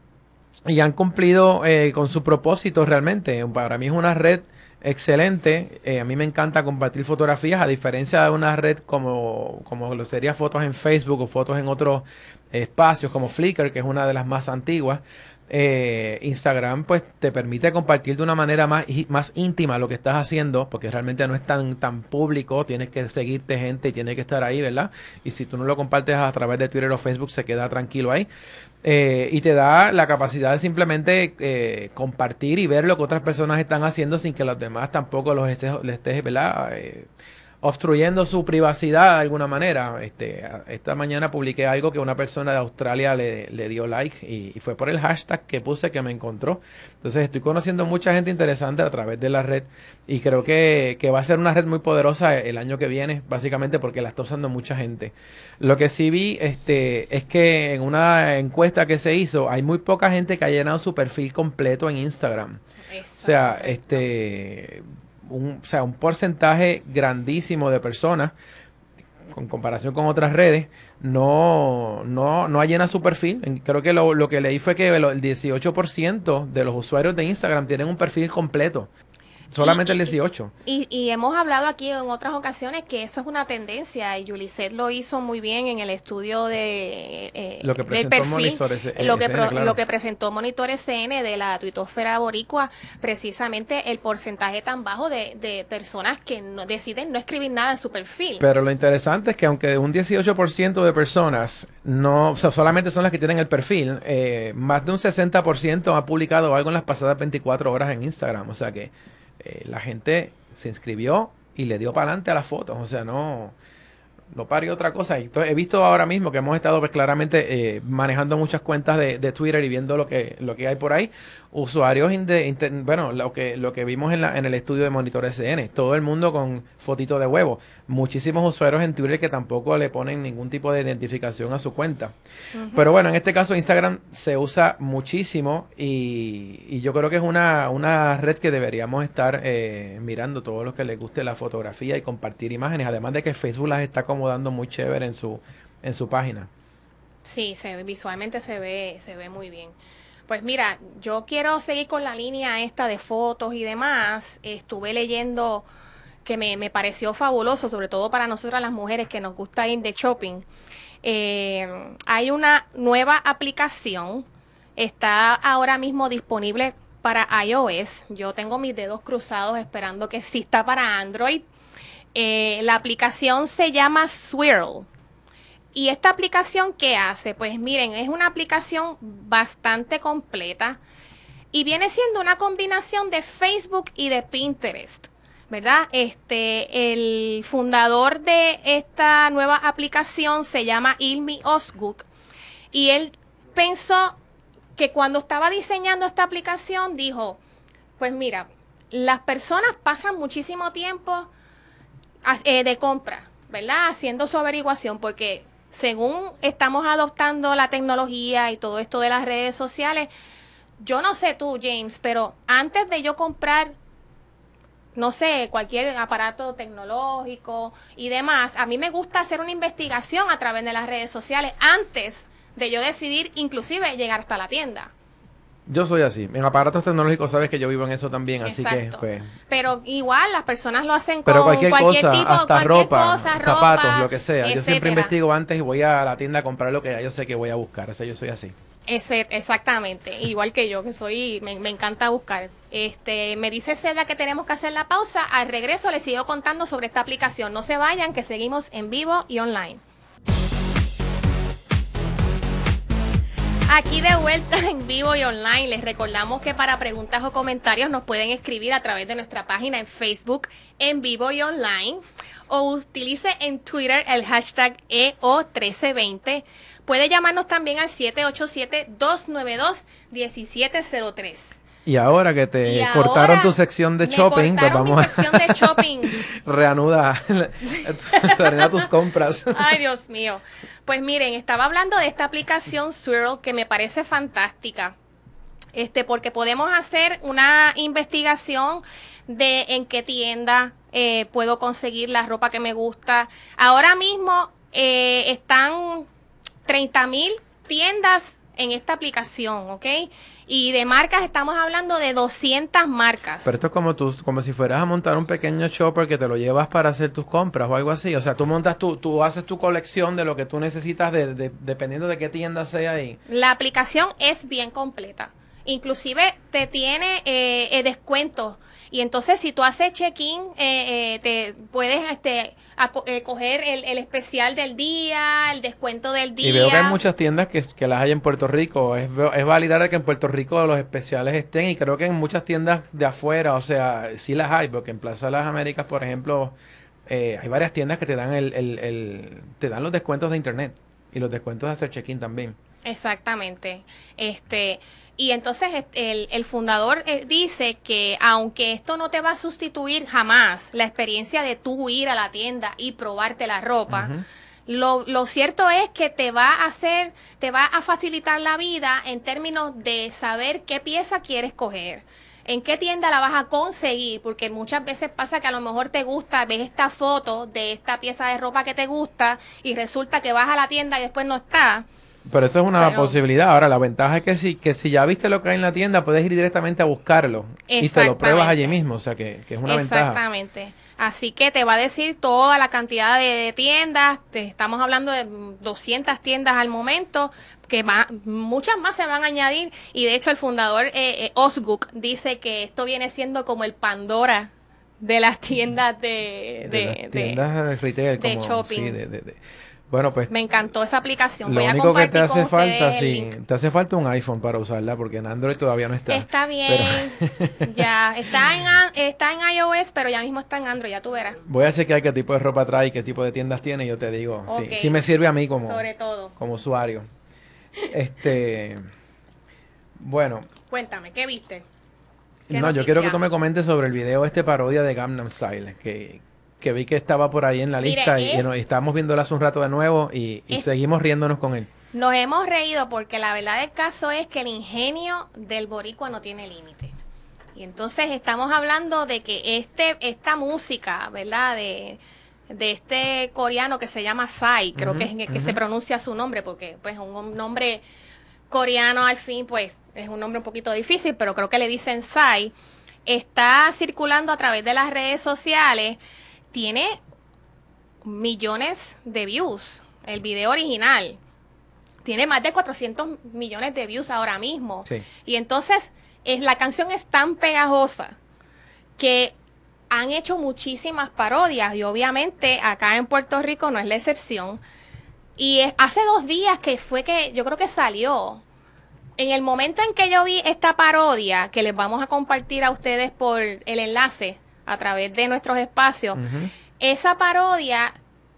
Speaker 3: y han cumplido eh, con su propósito realmente. Para mí es una red excelente. Eh, a mí me encanta compartir fotografías, a diferencia de una red como, como lo sería fotos en Facebook o fotos en otros espacios como Flickr, que es una de las más antiguas. Eh, Instagram pues te permite compartir de una manera más, más íntima lo que estás haciendo, porque realmente no es tan, tan público. Tienes que seguirte gente y tiene que estar ahí, ¿verdad? Y si tú no lo compartes a través de Twitter o Facebook, se queda tranquilo ahí. Eh, y te da la capacidad de simplemente eh, compartir y ver lo que otras personas están haciendo sin que los demás tampoco los estés, les estés, ¿verdad? Eh, obstruyendo su privacidad de alguna manera. Este, esta mañana publiqué algo que una persona de Australia le, le dio like y, y fue por el hashtag que puse que me encontró. Entonces estoy conociendo mucha gente interesante a través de la red y creo que, que va a ser una red muy poderosa el año que viene, básicamente porque la está usando mucha gente. Lo que sí vi este, es que en una encuesta que se hizo hay muy poca gente que ha llenado su perfil completo en Instagram. Eso, o sea, correcto. este... Un, o sea, un porcentaje grandísimo de personas, con comparación con otras redes, no, no, no llena su perfil. Creo que lo, lo que leí fue que el dieciocho por ciento de los usuarios de Instagram tienen un perfil completo. Solamente
Speaker 2: y,
Speaker 3: el dieciocho.
Speaker 2: Y, y hemos hablado aquí en otras ocasiones que eso es una tendencia y Yuliset lo hizo muy bien en el estudio de eh,
Speaker 3: lo que
Speaker 2: del
Speaker 3: presentó
Speaker 2: perfil,
Speaker 3: Monitor S N,
Speaker 2: lo que pro,
Speaker 3: claro.
Speaker 2: lo que presentó Monitor S N de la tuitosfera boricua, precisamente el porcentaje tan bajo de, de personas que no, deciden no escribir nada en su perfil.
Speaker 3: Pero lo interesante es que aunque un dieciocho por ciento de personas no, o sea, solamente son las que tienen el perfil, eh, más de un sesenta por ciento ha publicado algo en las pasadas veinticuatro horas en Instagram, o sea que Eh, la gente se inscribió y le dio para adelante a las fotos, o sea, no, no parió otra cosa. Y he visto ahora mismo que hemos estado pues claramente eh, manejando muchas cuentas de, de Twitter y viendo lo que lo que hay por ahí. Usuarios, de, de, bueno, lo que lo que vimos en, la, en el estudio de Monitor S N, todo el mundo con fotito de huevo. Muchísimos usuarios en Twitter que tampoco le ponen ningún tipo de identificación a su cuenta. Uh-huh. Pero bueno, en este caso Instagram se usa muchísimo y, y yo creo que es una, una red que deberíamos estar eh, mirando todos los que les guste la fotografía y compartir imágenes, además de que Facebook las está acomodando muy chévere en su en su página.
Speaker 2: Sí, se, visualmente se ve se ve muy bien. Pues mira, yo quiero seguir con la línea esta de fotos y demás. Estuve leyendo que me, me pareció fabuloso, sobre todo para nosotras las mujeres que nos gusta ir de shopping. Eh, hay una nueva aplicación, está ahora mismo disponible para iOS. Yo tengo mis dedos cruzados esperando que exista para Android. Eh, la aplicación se llama Swirl. ¿Y esta aplicación qué hace? Pues miren, es una aplicación bastante completa y viene siendo una combinación de Facebook y de Pinterest, ¿verdad? Este, el fundador de esta nueva aplicación se llama Ilmi Ozguk y él pensó que cuando estaba diseñando esta aplicación dijo, pues mira, las personas pasan muchísimo tiempo eh, de compra, ¿verdad? Haciendo su averiguación porque según estamos adoptando la tecnología y todo esto de las redes sociales, yo no sé tú, James, pero antes de yo comprar, no sé, cualquier aparato tecnológico y demás, a mí me gusta hacer una investigación a través de las redes sociales antes de yo decidir inclusive llegar hasta la tienda.
Speaker 3: Yo soy así. En aparatos tecnológicos sabes que yo vivo en eso también,
Speaker 2: Exacto.
Speaker 3: así que pues.
Speaker 2: Pero igual las personas lo hacen
Speaker 3: Pero
Speaker 2: con
Speaker 3: cualquier,
Speaker 2: cualquier
Speaker 3: cosa,
Speaker 2: tipo,
Speaker 3: hasta
Speaker 2: cualquier
Speaker 3: ropa,
Speaker 2: cosa,
Speaker 3: zapatos,
Speaker 2: ropa,
Speaker 3: lo que sea.
Speaker 2: etcétera.
Speaker 3: Yo siempre investigo antes y voy a la tienda a comprar lo que ya yo sé que voy a buscar. O sea, yo soy así.
Speaker 2: Ese, exactamente, igual que yo, que soy, me, me encanta buscar. Este, me dice Seda que tenemos que hacer la pausa. Al regreso les sigo contando sobre esta aplicación. No se vayan, que seguimos en vivo y online. Aquí de vuelta en vivo y online, les recordamos que para preguntas o comentarios nos pueden escribir a través de nuestra página en Facebook en vivo y online o utilice en Twitter el hashtag E O uno tres dos cero. Puede llamarnos también al siete ocho siete, dos nueve dos, uno siete cero tres.
Speaker 3: Y ahora que te
Speaker 2: y
Speaker 3: cortaron
Speaker 2: ahora
Speaker 3: tu sección de
Speaker 2: me
Speaker 3: shopping, pues vamos
Speaker 2: mi sección de shopping.
Speaker 3: a reanuda tus compras.
Speaker 2: Ay, Dios mío. Pues miren, estaba hablando de esta aplicación Swirl que me parece fantástica. Este, porque podemos hacer una investigación de en qué tienda eh, puedo conseguir la ropa que me gusta. Ahora mismo eh, están treinta mil tiendas en esta aplicación, ¿ok? Y de marcas estamos hablando de doscientas marcas.
Speaker 3: Pero esto es como tú, como si fueras a montar un pequeño shopper que te lo llevas para hacer tus compras o algo así. O sea, tú montas tu, tú haces tu colección de lo que tú necesitas de, de, dependiendo de qué tienda sea ahí.
Speaker 2: La aplicación es bien completa. Inclusive te tiene eh, eh, descuentos. Y entonces si tú haces check-in, eh, eh, te puedes este, a, eh, coger el, el especial del día, el descuento del día.
Speaker 3: Y veo que hay muchas tiendas que, que las hay en Puerto Rico. Es, es validar que en Puerto Rico los especiales estén. Y creo que en muchas tiendas de afuera, o sea, sí las hay. Porque en Plaza de las Américas, por ejemplo, eh, hay varias tiendas que te dan el, el, el, te dan los descuentos de internet. Y los descuentos de hacer check-in también.
Speaker 2: Exactamente. Este... Y entonces el, el fundador eh, dice que aunque esto no te va a sustituir jamás la experiencia de tú ir a la tienda y probarte la ropa, uh-huh. lo, lo cierto es que te va a hacer, te va a facilitar la vida en términos de saber qué pieza quieres coger. ¿En qué tienda la vas a conseguir? Porque muchas veces pasa que a lo mejor te gusta, ves esta foto de esta pieza de ropa que te gusta y resulta que vas a la tienda y después no está.
Speaker 3: Pero eso es una
Speaker 2: Pero-
Speaker 3: posibilidad. Ahora, la ventaja es que si, que si ya viste lo que hay en la tienda, puedes ir directamente a buscarlo y te lo pruebas allí mismo. O sea, que, que es una ventaja.
Speaker 2: Exactamente. Así que te va a decir toda la cantidad de, de tiendas. Te estamos hablando de doscientas tiendas al momento, que va, muchas más se van a añadir. Y de hecho el fundador eh, eh, Osgood dice que esto viene siendo como el Pandora de las tiendas de,
Speaker 3: De,
Speaker 2: de,
Speaker 3: las
Speaker 2: de-
Speaker 3: tiendas de retail,
Speaker 2: de
Speaker 3: como,
Speaker 2: shopping.
Speaker 3: sí, de, de- de- bueno, pues
Speaker 2: Me encantó esa aplicación.
Speaker 3: lo
Speaker 2: Voy a
Speaker 3: único que te
Speaker 2: compartir
Speaker 3: hace
Speaker 2: con
Speaker 3: falta,
Speaker 2: ustedes el
Speaker 3: sí,
Speaker 2: link.
Speaker 3: te hace falta un iPhone para usarla, porque en Android todavía no está.
Speaker 2: Está bien,
Speaker 3: Pero-
Speaker 2: ya. Está en, a- está en iOS, pero ya mismo está en Android, ya tú verás.
Speaker 3: Voy a chequear qué tipo de ropa trae y qué tipo de tiendas tiene y yo te digo,
Speaker 2: Ok.
Speaker 3: sí, sí me sirve a mí como,
Speaker 2: Sobre todo.
Speaker 3: como usuario. Este, bueno,
Speaker 2: Cuéntame, ¿qué viste? ¿Qué
Speaker 3: no, yo quiero que
Speaker 2: noticia?
Speaker 3: tú me comentes sobre el video este parodia de Gangnam Style, que, que vi que estaba por ahí en la
Speaker 2: Mire,
Speaker 3: lista y,
Speaker 2: es-
Speaker 3: y nos- y estábamos viéndolo hace un rato de nuevo y, y
Speaker 2: Es-
Speaker 3: seguimos riéndonos con él.
Speaker 2: Nos hemos reído porque la verdad del caso es que el ingenio del boricua no tiene límite. Y entonces estamos hablando de que este esta música, ¿verdad? De, de este coreano que se llama Psy, creo
Speaker 3: Ujú,
Speaker 2: que es en el que
Speaker 3: ujú.
Speaker 2: se pronuncia su nombre, porque pues un nombre coreano al fin, pues es un nombre un poquito difícil, pero creo que le dicen Psy, está circulando a través de las redes sociales, tiene millones de views, el video original. Tiene más de cuatrocientos millones de views ahora mismo.
Speaker 3: Sí.
Speaker 2: Y entonces es, la canción es tan pegajosa que han hecho muchísimas parodias y obviamente acá en Puerto Rico no es la excepción. Y es- hace dos días que fue que yo creo que salió. En el momento en que yo vi esta parodia, que les vamos a compartir a ustedes por el enlace a través de nuestros espacios,
Speaker 3: Ujú.
Speaker 2: esa parodia,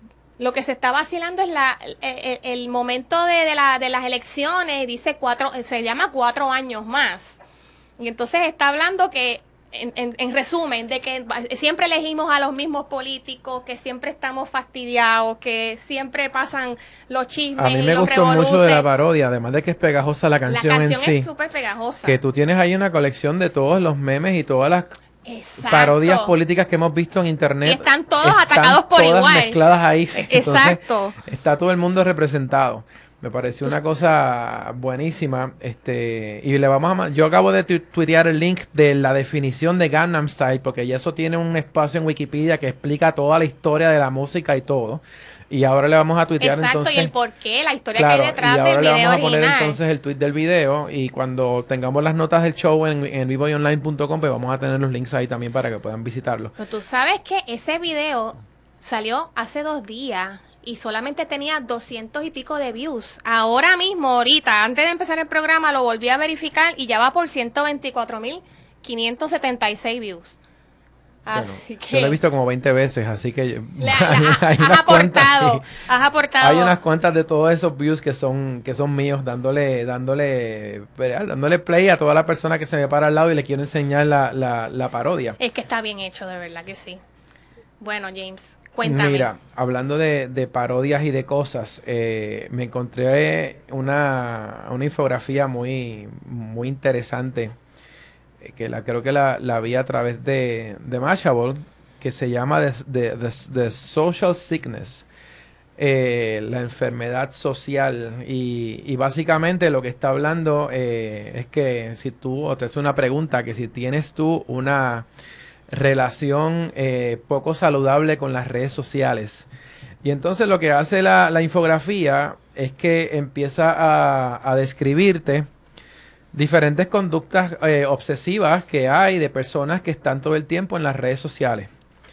Speaker 2: lo que se está vacilando es la, el, el- el momento de, de la, de las elecciones, dice cuatro, se llama cuatro años más. Y entonces está hablando que, en, en- en resumen, de que siempre elegimos a los mismos políticos, que siempre estamos fastidiados, que siempre pasan los chismes,
Speaker 3: A mí me
Speaker 2: los
Speaker 3: gustó mucho de la
Speaker 2: revoluces.
Speaker 3: parodia, además de que es pegajosa la
Speaker 2: La
Speaker 3: canción,
Speaker 2: canción
Speaker 3: en sí,
Speaker 2: es súper pegajosa.
Speaker 3: que tú tienes ahí una colección de todos los memes y todas las
Speaker 2: Exacto.
Speaker 3: parodias políticas que hemos visto en internet.
Speaker 2: Y están todos atacados por
Speaker 3: todas
Speaker 2: igual.
Speaker 3: mezcladas ahí. sí. Entonces,
Speaker 2: Exacto.
Speaker 3: está todo el mundo representado. Me pareció una cosa buenísima. Este, y le vamos a ma- yo acabo de tu- tuitear el link de la definición de Gangnam Style, porque ya eso tiene un espacio en Wikipedia que explica toda la historia de la música y todo. Y ahora le vamos a tuitear
Speaker 2: Exacto,
Speaker 3: entonces.
Speaker 2: y el por qué, la historia
Speaker 3: Claro,
Speaker 2: que hay detrás
Speaker 3: y ahora
Speaker 2: del
Speaker 3: le
Speaker 2: video
Speaker 3: vamos a poner
Speaker 2: original.
Speaker 3: entonces el tweet del video y cuando tengamos las notas del show en, en vivo y online punto com, pues vamos a tener los links ahí también para que puedan visitarlo.
Speaker 2: Pero tú sabes que ese video salió hace dos días y solamente tenía doscientos y pico de views. Ahora mismo, ahorita, antes de empezar el programa, lo volví a verificar y ya va por ciento veinticuatro mil quinientos setenta y seis views.
Speaker 3: Bueno,
Speaker 2: Así que
Speaker 3: yo lo he visto como veinte veces, así que
Speaker 2: le- le- ha-
Speaker 3: hay
Speaker 2: has
Speaker 3: unas cuantas,
Speaker 2: aportado,
Speaker 3: sí.
Speaker 2: has aportado.
Speaker 3: Hay unas cuantas de todos esos views que son que son míos, dándole dándole ¿verdad? dándole play a toda la persona que se me para al lado y le quiero enseñar la, la, la parodia.
Speaker 2: Es que está bien hecho, de verdad que sí. Bueno, James, cuéntame.
Speaker 3: Mira, hablando de, de parodias y de cosas, eh, me encontré una, una infografía muy, muy interesante, eh, que la creo que la, la vi a través de, de Mashable, que se llama The, The- The- The Social Sickness, eh, la enfermedad social. Y, y básicamente lo que está hablando eh, es que si tú, o te hace una pregunta, que si tienes tú una relación eh, poco saludable con las redes sociales. Y entonces lo que hace la, la infografía es que empieza a, a describirte diferentes conductas eh, obsesivas que hay de personas que están todo el tiempo en las redes sociales.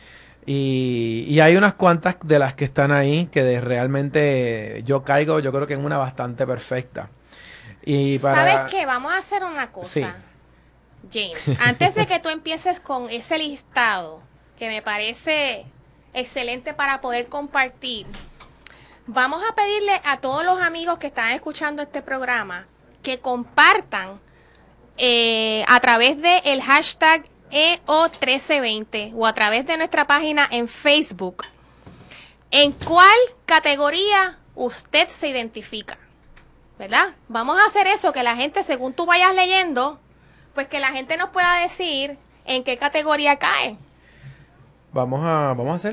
Speaker 3: Y, y hay unas cuantas de las que están ahí que de realmente yo caigo, yo creo que en una bastante perfecta. Y para...
Speaker 2: ¿Sabes qué? Vamos a hacer una cosa.
Speaker 3: Sí.
Speaker 2: James, antes de que tú empieces con ese listado, que me parece excelente para poder compartir, vamos a pedirle a todos los amigos que están escuchando este programa que compartan eh, a través del el hashtag E O trece veinte o a través de nuestra página en Facebook en cuál categoría usted se identifica, ¿verdad? Vamos a hacer eso, que la gente, según tú vayas leyendo, pues que la gente nos pueda decir en qué categoría cae.
Speaker 3: Vamos a, vamos a hacerlo.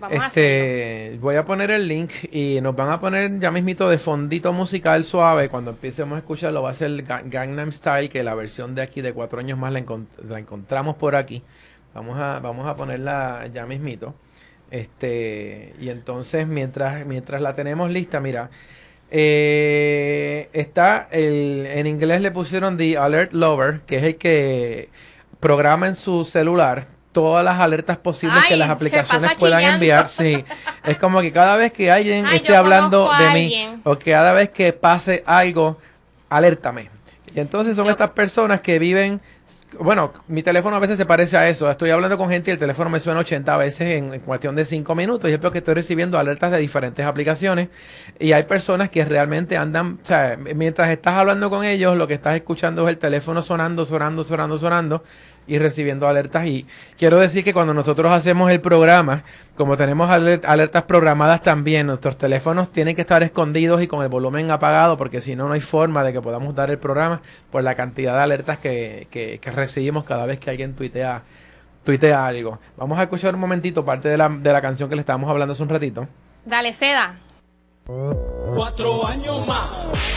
Speaker 2: Vamos a
Speaker 3: este, voy a poner el link y nos van a poner ya mismito de fondito musical suave. Cuando empecemos a escucharlo va a ser Ga- Gangnam Style, que la versión de aquí de cuatro años más la, encont- la encontramos por aquí. Vamos a, vamos a ponerla ya mismito. Este, y entonces mientras, mientras la tenemos lista, mira, eh, está el, en inglés le pusieron The Alert Lover, que es el que programa en su celular todas las alertas posibles
Speaker 2: Ay,
Speaker 3: que las
Speaker 2: se
Speaker 3: aplicaciones
Speaker 2: pasa
Speaker 3: puedan
Speaker 2: chillando.
Speaker 3: enviar. Sí, es como que cada vez que alguien
Speaker 2: Ay,
Speaker 3: esté
Speaker 2: yo
Speaker 3: hablando
Speaker 2: conozco
Speaker 3: de
Speaker 2: a
Speaker 3: mí
Speaker 2: alguien.
Speaker 3: o que cada vez que pase algo, alértame. Y entonces son
Speaker 2: Yo-
Speaker 3: estas personas que viven, bueno, mi teléfono a veces se parece a eso. Estoy hablando con gente y el teléfono me suena ochenta veces en, en cuestión de cinco minutos. Y es porque estoy recibiendo alertas de diferentes aplicaciones. Y hay personas que realmente andan, o sea, mientras estás hablando con ellos, lo que estás escuchando es el teléfono sonando, sonando, sonando, sonando y recibiendo alertas. Y quiero decir que cuando nosotros hacemos el programa, como tenemos aler- alertas programadas también, nuestros teléfonos tienen que estar escondidos y con el volumen apagado, porque si no, no hay forma de que podamos dar el programa por la cantidad de alertas que, que, que recibimos cada vez que alguien tuitea, tuitea algo. Vamos a escuchar un momentito parte de la, de la canción que le estábamos hablando hace un ratito.
Speaker 2: Dale, Seda.
Speaker 5: Cuatro años más.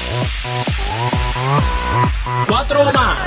Speaker 5: Cuatro más.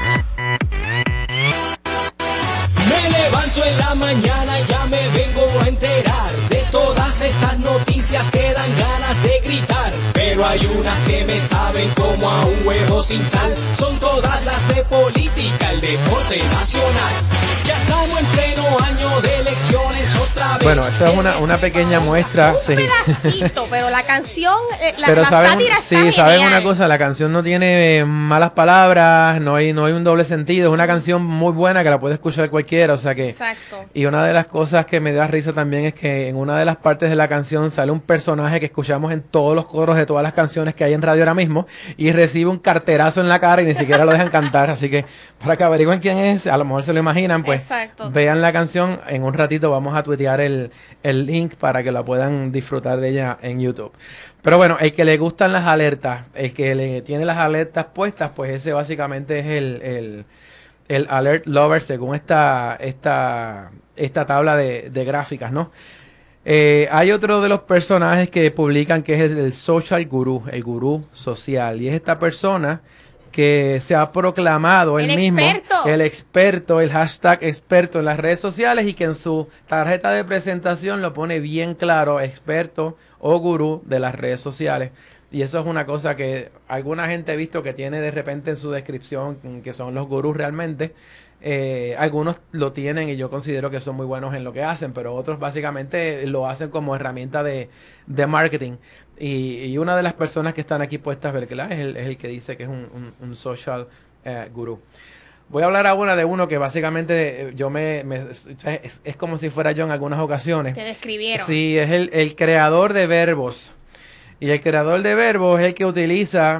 Speaker 5: Me levanto en la mañana y ya me vengo a enterar de todas estas noticias que dan ganas de gritar. Pero hay unas que me saben como a un huevo sin sal. Son todas las de política, el deporte nacional. Ya estamos en pleno año de elecciones otra vez.
Speaker 3: Bueno, esta es una, una pequeña muestra.
Speaker 2: Un
Speaker 3: Sí.
Speaker 2: pedacito, pero la canción, eh, la,
Speaker 3: Pero
Speaker 2: la
Speaker 3: saben,
Speaker 2: sátira está
Speaker 3: sí, saben
Speaker 2: genial.
Speaker 3: una cosa, la canción no tiene eh, malas palabras, no hay, no hay un doble sentido, es una canción muy buena que la puede escuchar cualquiera, o sea que...
Speaker 2: Exacto.
Speaker 3: Y una de las cosas que me da risa también es que en una de las partes de la canción sale un personaje que escuchamos en todos los coros de todas las canciones que hay en radio ahora mismo y recibe un carterazo en la cara y ni siquiera lo dejan cantar, así que para que averigüen quién es, a lo mejor se lo imaginan, pues
Speaker 2: Exacto.
Speaker 3: vean la canción, en un ratito vamos a tuitear el, el link para que la puedan disfrutar de ella en YouTube. Pero bueno, el que le gustan las alertas, el que le tiene las alertas puestas, pues ese básicamente es el, el, el Alert Lover según esta, esta, esta tabla de, de gráficas, ¿no? Eh, hay otro de los personajes que publican que es el, el Social Guru, el gurú social, y es esta persona que se ha proclamado él
Speaker 2: El
Speaker 3: mismo,
Speaker 2: experto.
Speaker 3: el experto, el hashtag experto en las redes sociales y que en su tarjeta de presentación lo pone bien claro, experto o gurú de las redes sociales. Y eso es una cosa que alguna gente ha visto que tiene de repente en su descripción, que son los gurús realmente. Eh, algunos lo tienen y yo considero que son muy buenos en lo que hacen, pero otros básicamente lo hacen como herramienta de, de marketing. Y, y una de las personas que están aquí puestas, ¿verdad? Es el, es el que dice que es un, un, un social eh, gurú. Voy a hablar ahora de uno que básicamente eh, yo me, me es, es como si fuera yo en algunas ocasiones.
Speaker 2: Te describieron.
Speaker 3: Sí, es el, el creador de verbos. Y el creador de verbos es el que utiliza,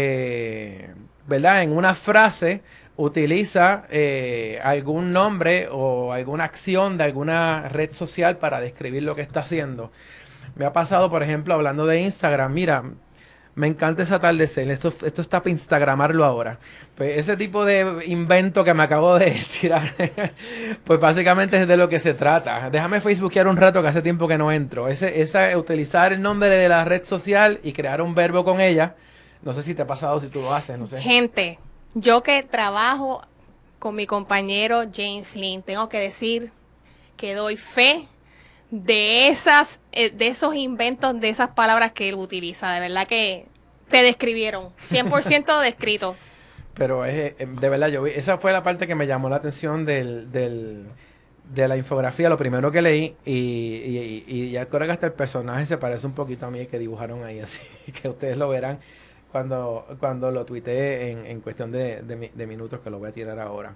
Speaker 3: eh, ¿verdad? En una frase utiliza eh, algún nombre o alguna acción de alguna red social para describir lo que está haciendo. Me ha pasado, por ejemplo, hablando de Instagram, mira, me encanta ese atardecer, esto, esto está para instagramarlo ahora. Pues ese tipo de invento que me acabo de tirar, pues básicamente es de lo que se trata. Déjame facebookear un rato que hace tiempo que no entro. Ese, esa, utilizar el nombre de la red social y crear un verbo con ella. No sé si te ha pasado, si tú lo haces, no sé.
Speaker 2: Gente, yo que trabajo con mi compañero James Lynn, tengo que decir que doy fe de esas, eh, de esos inventos, de esas palabras que él utiliza. De verdad que te describieron, cien por ciento descrito.
Speaker 3: Pero es, eh, de verdad, yo vi, esa fue la parte que me llamó la atención del, del, de la infografía, lo primero que leí, y, y, y, y ya creo que hasta el personaje se parece un poquito a mí que dibujaron ahí, así que ustedes lo verán cuando, cuando lo tuiteé en, en cuestión de, de, de minutos, que lo voy a tirar ahora.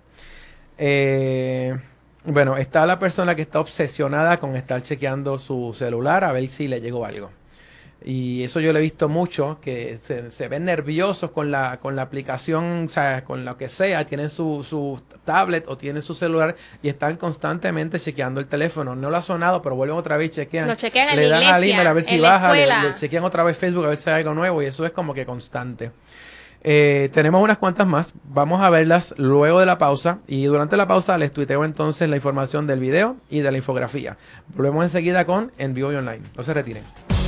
Speaker 3: Eh, bueno, está la persona que está obsesionada con estar chequeando su celular a ver si le llegó algo. Y eso yo lo he visto mucho, que se, se ven nerviosos con la, con la aplicación, o sea, con lo que sea, tienen su, su tablet o tienen su celular y están constantemente chequeando el teléfono. No lo ha sonado, pero vuelven otra vez y chequean.
Speaker 2: Lo chequean en
Speaker 3: le
Speaker 2: la
Speaker 3: dan al
Speaker 2: iglesia,
Speaker 3: email a ver si
Speaker 2: en la
Speaker 3: baja, le,
Speaker 2: escuela.
Speaker 3: le chequean otra vez Facebook a ver si hay algo nuevo y eso es como que constante. Eh, tenemos unas cuantas más, vamos a verlas luego de la pausa y durante la pausa les tuiteo entonces la información del video y de la infografía. Volvemos enseguida con En Vivo y Online. No se retiren.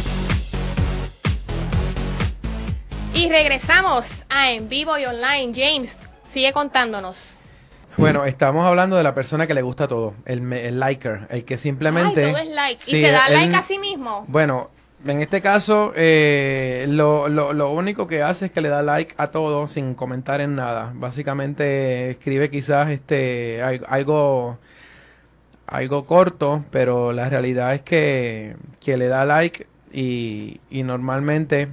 Speaker 2: Y regresamos a En Vivo y Online. James, sigue contándonos.
Speaker 3: Bueno, estamos hablando de la persona que le gusta todo, el, el liker, el que simplemente...
Speaker 2: Ay, todo es like.
Speaker 3: Sí,
Speaker 2: ¿Y se da
Speaker 3: él,
Speaker 2: like a sí mismo?
Speaker 3: Bueno, en este caso, eh, lo, lo, lo único que hace es que le da like a todo sin comentar en nada. Básicamente escribe quizás este algo, algo corto, pero la realidad es que, que le da like y, y normalmente...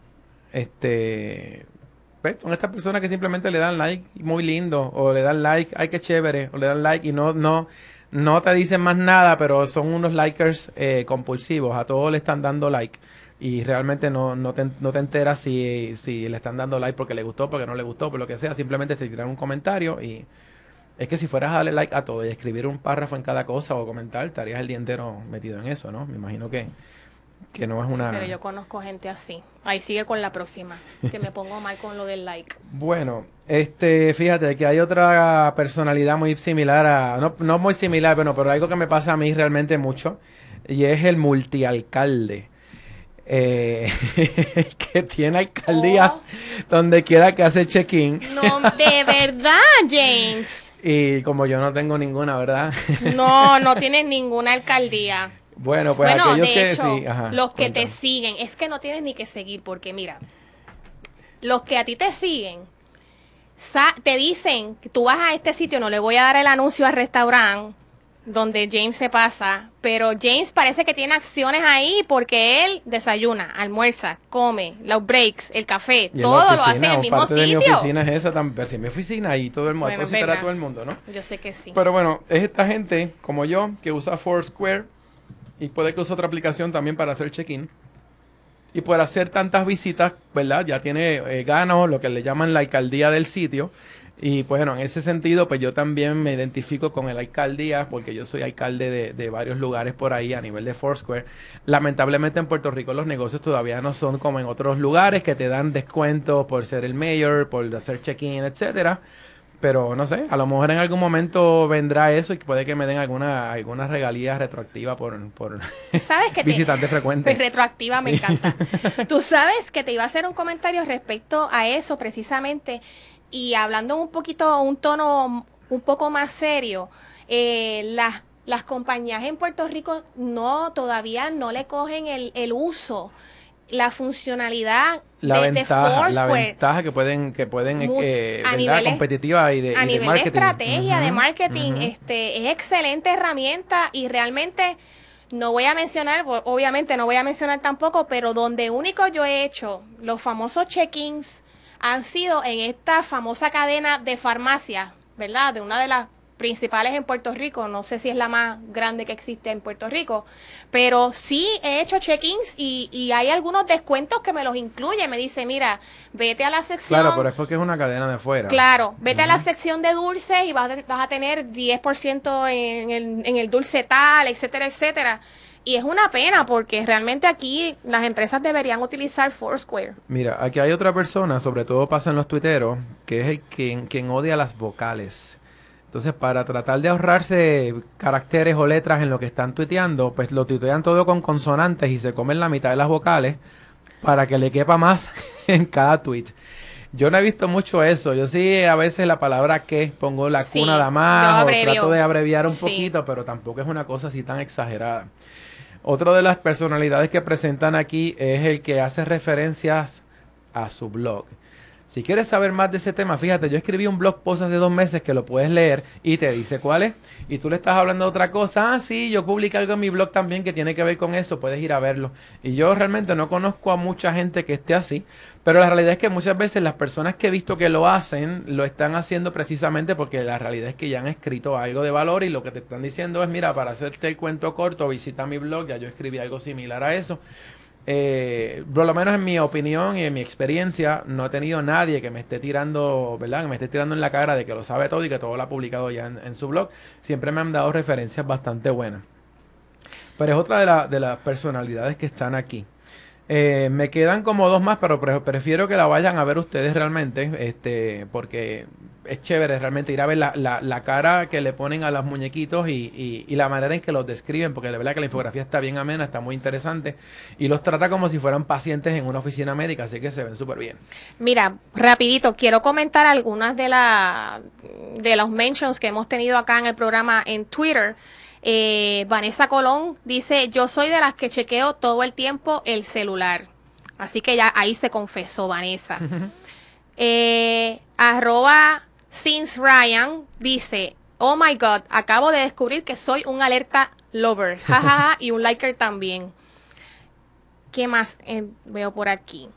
Speaker 3: este pues, son estas personas que simplemente le dan like muy lindo o le dan like, ay qué chévere, o le dan like y no no no te dicen más nada, pero son unos likers eh, compulsivos, a todos le están dando like y realmente no no te, no te enteras si, si le están dando like porque le gustó, porque no le gustó, por lo que sea, simplemente te tiran un comentario y es que si fueras a darle like a todo y escribir un párrafo en cada cosa o comentar, estarías el día entero metido en eso, ¿no? Me imagino que que no es una...
Speaker 2: Sí, pero yo conozco gente así. Ahí sigue con la próxima, que me pongo mal con lo del like.
Speaker 3: Bueno, este, fíjate que hay otra personalidad muy similar a... No, no muy similar, bueno, pero algo que me pasa a mí realmente mucho, y es el multialcalde. Eh, que tiene alcaldías
Speaker 2: oh.
Speaker 3: donde quiera que hace check-in.
Speaker 2: No, de verdad, James.
Speaker 3: Y como yo no tengo ninguna, ¿verdad?
Speaker 2: No, no tienes ninguna alcaldía.
Speaker 3: Bueno, pues
Speaker 2: bueno,
Speaker 3: aquellos
Speaker 2: de
Speaker 3: que
Speaker 2: hecho,
Speaker 3: sí, ajá,
Speaker 2: los que
Speaker 3: cuéntame.
Speaker 2: te siguen, es que no tienes ni que seguir, porque mira, los que a ti te siguen, sa te dicen que tú vas a este sitio, no le voy a dar el anuncio al restaurante donde James se pasa, pero James parece que tiene acciones ahí porque él desayuna, almuerza, come, los breaks, el café,
Speaker 3: Y
Speaker 2: todo
Speaker 3: en la
Speaker 2: lo hace en
Speaker 3: oficina,
Speaker 2: el mismo
Speaker 3: parte
Speaker 2: sitio.
Speaker 3: de mi oficina es esa también, si mi oficina y todo el mundo,
Speaker 2: Bueno, es
Speaker 3: a
Speaker 2: verdad.
Speaker 3: todo el mundo, ¿no?
Speaker 2: Yo sé que sí.
Speaker 3: Pero bueno, es esta gente como yo que usa Foursquare y puede que use otra aplicación también para hacer check-in. Y por hacer tantas visitas, ¿verdad? Ya tiene eh, gano, lo que le llaman la alcaldía del sitio. Y pues bueno, en ese sentido, pues yo también me identifico con el alcaldía, porque yo soy alcalde de, de varios lugares por ahí a nivel de Foursquare. Lamentablemente en Puerto Rico los negocios todavía no son como en otros lugares que te dan descuentos por ser el mayor, por hacer check-in, etcétera. Pero no sé, a lo mejor en algún momento vendrá eso y puede que me den alguna alguna regalía retroactiva por, por
Speaker 2: ¿Sabes que
Speaker 3: visitante
Speaker 2: te,
Speaker 3: frecuente.
Speaker 2: Retroactiva me
Speaker 3: Sí.
Speaker 2: encanta. Tú sabes que te iba a hacer un comentario respecto a eso precisamente y hablando un poquito, un tono un poco más serio, eh, las, las compañías en Puerto Rico no todavía no le cogen el, el uso, la funcionalidad
Speaker 3: La
Speaker 2: de, de
Speaker 3: ventaja, la
Speaker 2: Foursquare.
Speaker 3: ventaja que pueden que pueden
Speaker 2: Mucho.
Speaker 3: eh,
Speaker 2: A
Speaker 3: ¿verdad?
Speaker 2: niveles-
Speaker 3: competitiva y de,
Speaker 2: a
Speaker 3: y de
Speaker 2: nivel de
Speaker 3: marketing.
Speaker 2: estrategia, de
Speaker 3: Ujú,
Speaker 2: marketing,
Speaker 3: ujú.
Speaker 2: este es excelente herramienta y realmente no voy a mencionar, o- obviamente no voy a mencionar tampoco, pero donde único yo he hecho los famosos check-ins han sido en esta famosa cadena de farmacias, ¿verdad? De una de las principales en Puerto Rico, no sé si es la más grande que existe en Puerto Rico, pero sí he hecho check-ins y, y hay algunos descuentos que me los incluye, me dice, mira, vete a la sección...
Speaker 3: Claro, pero es porque es una cadena de afuera.
Speaker 2: Claro, vete a la sección de dulces y vas a, vas a tener diez por ciento en el, en el dulce tal, etcétera, etcétera. Y es una pena porque realmente aquí las empresas deberían utilizar Foursquare.
Speaker 3: Mira, aquí hay otra persona, sobre todo pasa en los tuiteros, que es el quien, quien odia las vocales. Entonces, para tratar de ahorrarse caracteres o letras en lo que están tuiteando, pues lo tuitean todo con consonantes y se comen la mitad de las vocales para que le quepa más en cada tweet. Yo no he visto mucho eso. Yo sí, a veces la palabra que pongo la
Speaker 2: Sí,
Speaker 3: Q nada
Speaker 2: yo
Speaker 3: más, o
Speaker 2: abrevio.
Speaker 3: trato de abreviar un
Speaker 2: Sí.
Speaker 3: poquito, pero tampoco es una cosa así tan exagerada. Otra de las personalidades que presentan aquí es el que hace referencias a su blog. Si quieres saber más de ese tema, fíjate, yo escribí un blog post hace dos meses que lo puedes leer y te dice cuál es. Y tú le estás hablando de otra cosa. Ah, sí, yo publiqué algo en mi blog también que tiene que ver con eso, puedes ir a verlo. Y yo realmente no conozco a mucha gente que esté así, pero la realidad es que muchas veces las personas que he visto que lo hacen, lo están haciendo precisamente porque la realidad es que ya han escrito algo de valor y lo que te están diciendo es, mira, para hacerte el cuento corto, visita mi blog, ya yo escribí algo similar a eso. Eh, por lo menos en mi opinión y en mi experiencia, no he tenido nadie que me esté tirando, ¿verdad? Que me esté tirando en la cara de que lo sabe todo y que todo lo ha publicado ya en, en su blog. Siempre me han dado referencias bastante buenas. Pero es otra de, la, de las personalidades que están aquí. Eh, me quedan como dos más, pero pre prefiero que la vayan a ver ustedes realmente, este, porque es chévere realmente ir a ver la, la, la cara que le ponen a los muñequitos y, y, y la manera en que los describen, porque de verdad que la infografía está bien amena, está muy interesante y los trata como si fueran pacientes en una oficina médica, así que se ven súper bien.
Speaker 2: Mira, rapidito, quiero comentar algunas de, la, de los mentions que hemos tenido acá en el programa en Twitter. Eh, Vanessa Colón dice, yo soy de las que chequeo todo el tiempo el celular. Así que ya ahí se confesó Vanessa. eh, arroba Since Ryan dice, oh my God, acabo de descubrir que soy un alerta lover. Jajaja, y un liker también. ¿Qué más eh, veo por aquí?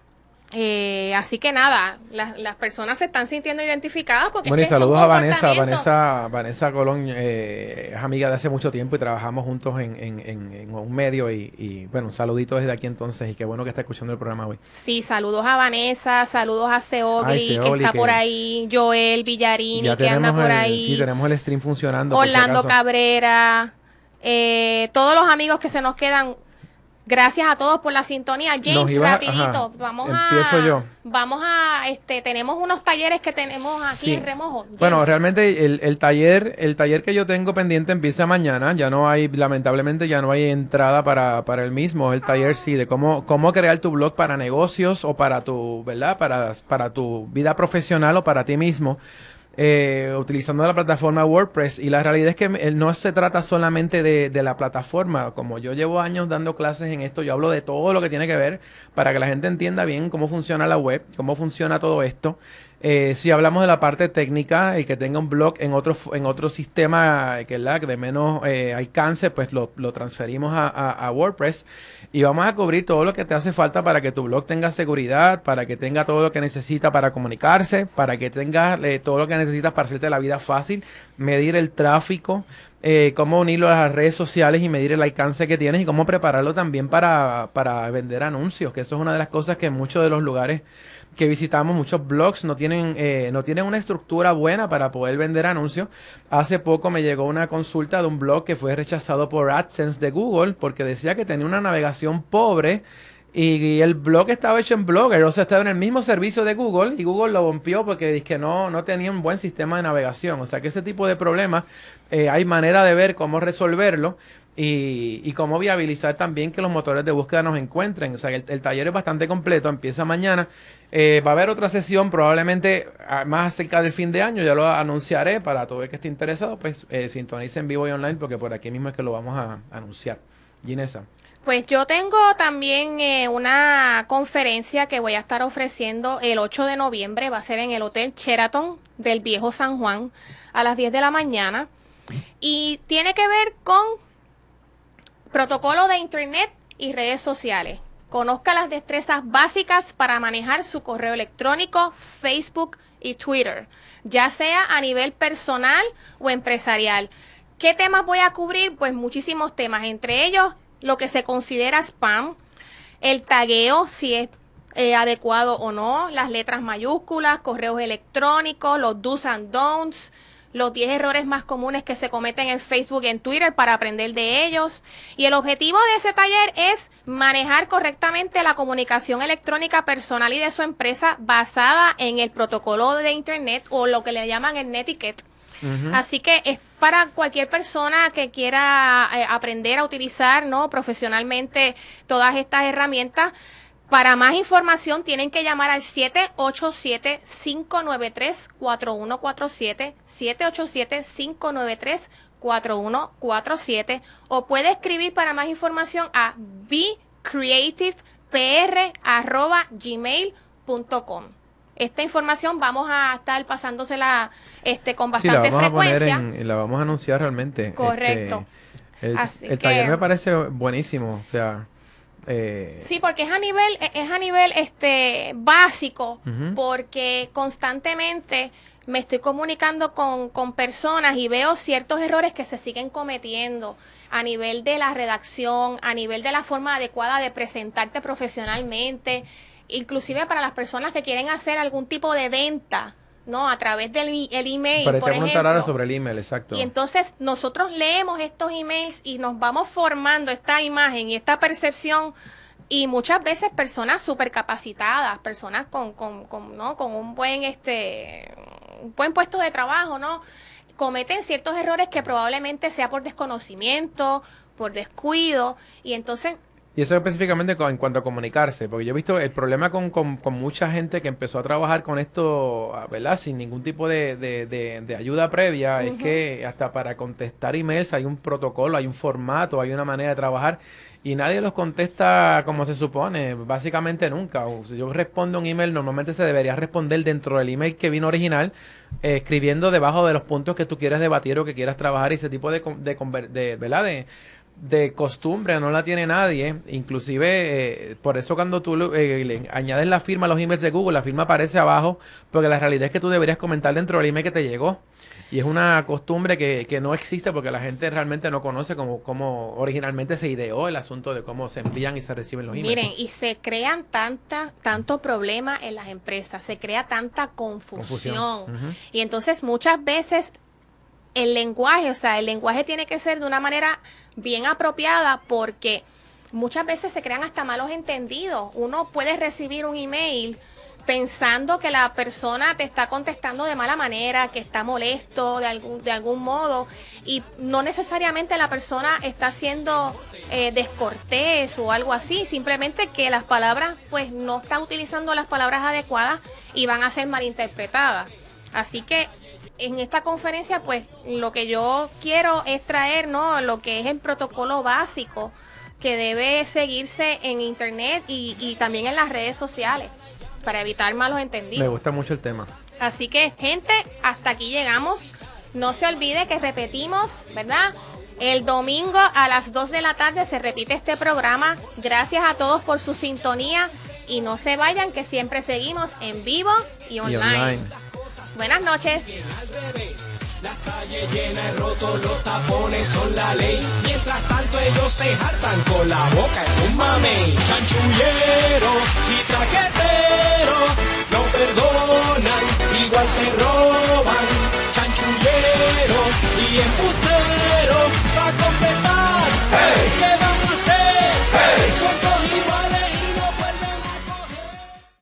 Speaker 2: Eh, así que nada, las, las personas se están sintiendo identificadas porque
Speaker 3: bueno,
Speaker 2: es
Speaker 3: y
Speaker 2: que
Speaker 3: saludos
Speaker 2: son
Speaker 3: a Vanessa,
Speaker 2: comportamientos.
Speaker 3: Vanessa, Vanessa Colón eh, es amiga de hace mucho tiempo y trabajamos juntos en, en, en, en un medio y, y bueno, un saludito desde aquí entonces y qué bueno que está escuchando el programa hoy.
Speaker 2: Sí, saludos a Vanessa, saludos a Seogli,
Speaker 3: Ay,
Speaker 2: que
Speaker 3: Seogli,
Speaker 2: está
Speaker 3: que
Speaker 2: por ahí, Joel Villarini,
Speaker 3: ya
Speaker 2: que anda
Speaker 3: tenemos
Speaker 2: por
Speaker 3: el,
Speaker 2: ahí,
Speaker 3: sí, tenemos el stream funcionando. Por si
Speaker 2: Orlando
Speaker 3: acaso.
Speaker 2: Cabrera, eh, todos los amigos que se nos quedan. Gracias a todos por la sintonía. James,
Speaker 3: ibas a-
Speaker 2: rapidito,
Speaker 3: ajá,
Speaker 2: vamos
Speaker 3: empiezo
Speaker 2: a,
Speaker 3: yo.
Speaker 2: vamos a, este, tenemos unos talleres que tenemos aquí
Speaker 3: Sí.
Speaker 2: en Remojo. James.
Speaker 3: Bueno, realmente el, el taller, el taller que yo tengo pendiente empieza mañana. Ya no hay, lamentablemente ya no hay entrada para, para el mismo. El taller sí, de cómo, cómo crear tu blog para negocios o para tu, ¿verdad? Para, para tu vida profesional o para ti mismo. Eh, utilizando la plataforma WordPress y la realidad es que el, no se trata solamente de, de la plataforma, como yo llevo años dando clases en esto, yo hablo de todo lo que tiene que ver para que la gente entienda bien cómo funciona la web, cómo funciona todo esto. Eh, si hablamos de la parte técnica, el que tenga un blog en otro, en otro sistema que, ¿verdad? que de menos eh, alcance, pues lo, lo transferimos a, a, a WordPress y vamos a cubrir todo lo que te hace falta para que tu blog tenga seguridad, para que tenga todo lo que necesita para comunicarse, para que tenga eh, todo lo que necesitas para hacerte la vida fácil, medir el tráfico, eh, cómo unirlo a las redes sociales y medir el alcance que tienes y cómo prepararlo también para, para vender anuncios, que eso es una de las cosas que muchos de los lugares que visitamos, muchos blogs no tienen eh, no tienen una estructura buena para poder vender anuncios. Hace poco me llegó una consulta de un blog que fue rechazado por AdSense de Google porque decía que tenía una navegación pobre y el blog estaba hecho en Blogger, o sea, estaba en el mismo servicio de Google y Google lo bompió porque dice que no, no tenía un buen sistema de navegación. O sea, que ese tipo de problemas eh, hay manera de ver cómo resolverlo. Y, y cómo viabilizar también que los motores de búsqueda nos encuentren. O sea, el, el taller es bastante completo, empieza mañana. Eh, va a haber otra sesión probablemente a, más cerca del fin de año, ya lo anunciaré para todo el que esté interesado, pues eh, sintonice en vivo y online porque por aquí mismo es que lo vamos a, a anunciar. Ginesa.
Speaker 2: Pues yo tengo también eh, una conferencia que voy a estar ofreciendo el ocho de noviembre, va a ser en el Hotel Sheraton del Viejo San Juan a las diez de la mañana y tiene que ver con protocolo de internet y redes sociales. Conozca las destrezas básicas para manejar su correo electrónico, Facebook y Twitter, ya sea a nivel personal o empresarial. ¿Qué temas voy a cubrir? Pues muchísimos temas, entre ellos lo que se considera spam, el tagueo, si es eh, adecuado o no, las letras mayúsculas, correos electrónicos, los do's and don'ts, los diez errores más comunes que se cometen en Facebook y en Twitter para aprender de ellos. Y el objetivo de ese taller es manejar correctamente la comunicación electrónica personal y de su empresa basada en el protocolo de Internet o lo que le llaman el netiquette. Uh-huh. Así que es para cualquier persona que quiera eh, aprender a utilizar, ¿no?, profesionalmente todas estas herramientas. Para más información tienen que llamar al siete ocho siete, cinco nueve tres, cuatro uno cuatro siete, siete ocho siete, cinco nueve tres, cuatro uno cuatro siete o puede escribir para más información a becreativepr arroba gmail punto com. Esta información vamos a estar pasándosela este, con bastante
Speaker 3: sí, la vamos
Speaker 2: frecuencia.
Speaker 3: A poner en, la vamos a anunciar realmente.
Speaker 2: Correcto.
Speaker 3: Este, el
Speaker 2: Así
Speaker 3: el
Speaker 2: que,
Speaker 3: taller me parece buenísimo, o sea... Eh,
Speaker 2: sí, porque es a nivel es a nivel este básico, uh-huh. porque constantemente me estoy comunicando con, con personas y veo ciertos errores que se siguen cometiendo a nivel de la redacción, a nivel de la forma adecuada de presentarte profesionalmente, inclusive para las personas que quieren hacer algún tipo de venta, ¿no?, a través del el email,
Speaker 3: para
Speaker 2: por
Speaker 3: te
Speaker 2: ejemplo.
Speaker 3: Ahora sobre el email, exacto.
Speaker 2: Y entonces nosotros leemos estos emails y nos vamos formando esta imagen y esta percepción y muchas veces personas súper capacitadas, personas con, con, con, ¿no? con un buen, este, un buen puesto de trabajo, ¿no? Cometen ciertos errores que probablemente sea por desconocimiento, por descuido, y entonces...
Speaker 3: Y eso específicamente con, en cuanto a comunicarse, porque yo he visto el problema con, con, con mucha gente que empezó a trabajar con esto, ¿verdad? Sin ningún tipo de, de, de, de ayuda previa, uh-huh. es que hasta para contestar emails hay un protocolo, hay un formato, hay una manera de trabajar, y nadie los contesta como se supone, básicamente nunca. O si yo respondo un email, normalmente se debería responder dentro del email que vino original, eh, escribiendo debajo de los puntos que tú quieras debatir o que quieras trabajar, y ese tipo de, de, de, de ¿verdad? De, de costumbre no la tiene nadie, inclusive eh, por eso cuando tú eh, le añades la firma a los emails de Google, la firma aparece abajo, porque la realidad es que tú deberías comentar dentro del email que te llegó, y es una costumbre que, que no existe porque la gente realmente no conoce cómo, cómo originalmente se ideó el asunto de cómo se envían y se reciben los emails.
Speaker 2: Miren, y se crean tanta, tanto problema en las empresas, se crea tanta confusión, confusión. Uh-huh. Y entonces muchas veces el lenguaje, o sea, el lenguaje tiene que ser de una manera bien apropiada, porque muchas veces se crean hasta malos entendidos. Uno puede recibir un email pensando que la persona te está contestando de mala manera, que está molesto de algún, de algún modo, y no necesariamente la persona está siendo eh, descortés o algo así, simplemente que las palabras, pues no está utilizando las palabras adecuadas y van a ser malinterpretadas. Así que en esta conferencia, pues, lo que yo quiero es traer, ¿no?, lo que es el protocolo básico que debe seguirse en internet y, y también en las redes sociales para evitar malos entendidos.
Speaker 3: Me gusta mucho el tema.
Speaker 2: Así que, gente, hasta aquí llegamos. No se olvide que repetimos, ¿verdad? El domingo a las dos de la tarde se repite este programa. Gracias a todos por su sintonía y no se vayan, que siempre seguimos en vivo y online. Y online. Buenas noches.
Speaker 5: La calle llena de rotos, los tapones son la ley. Mientras tanto ellos se hartan con la boca, es un mamey. Chanchullero y traquete.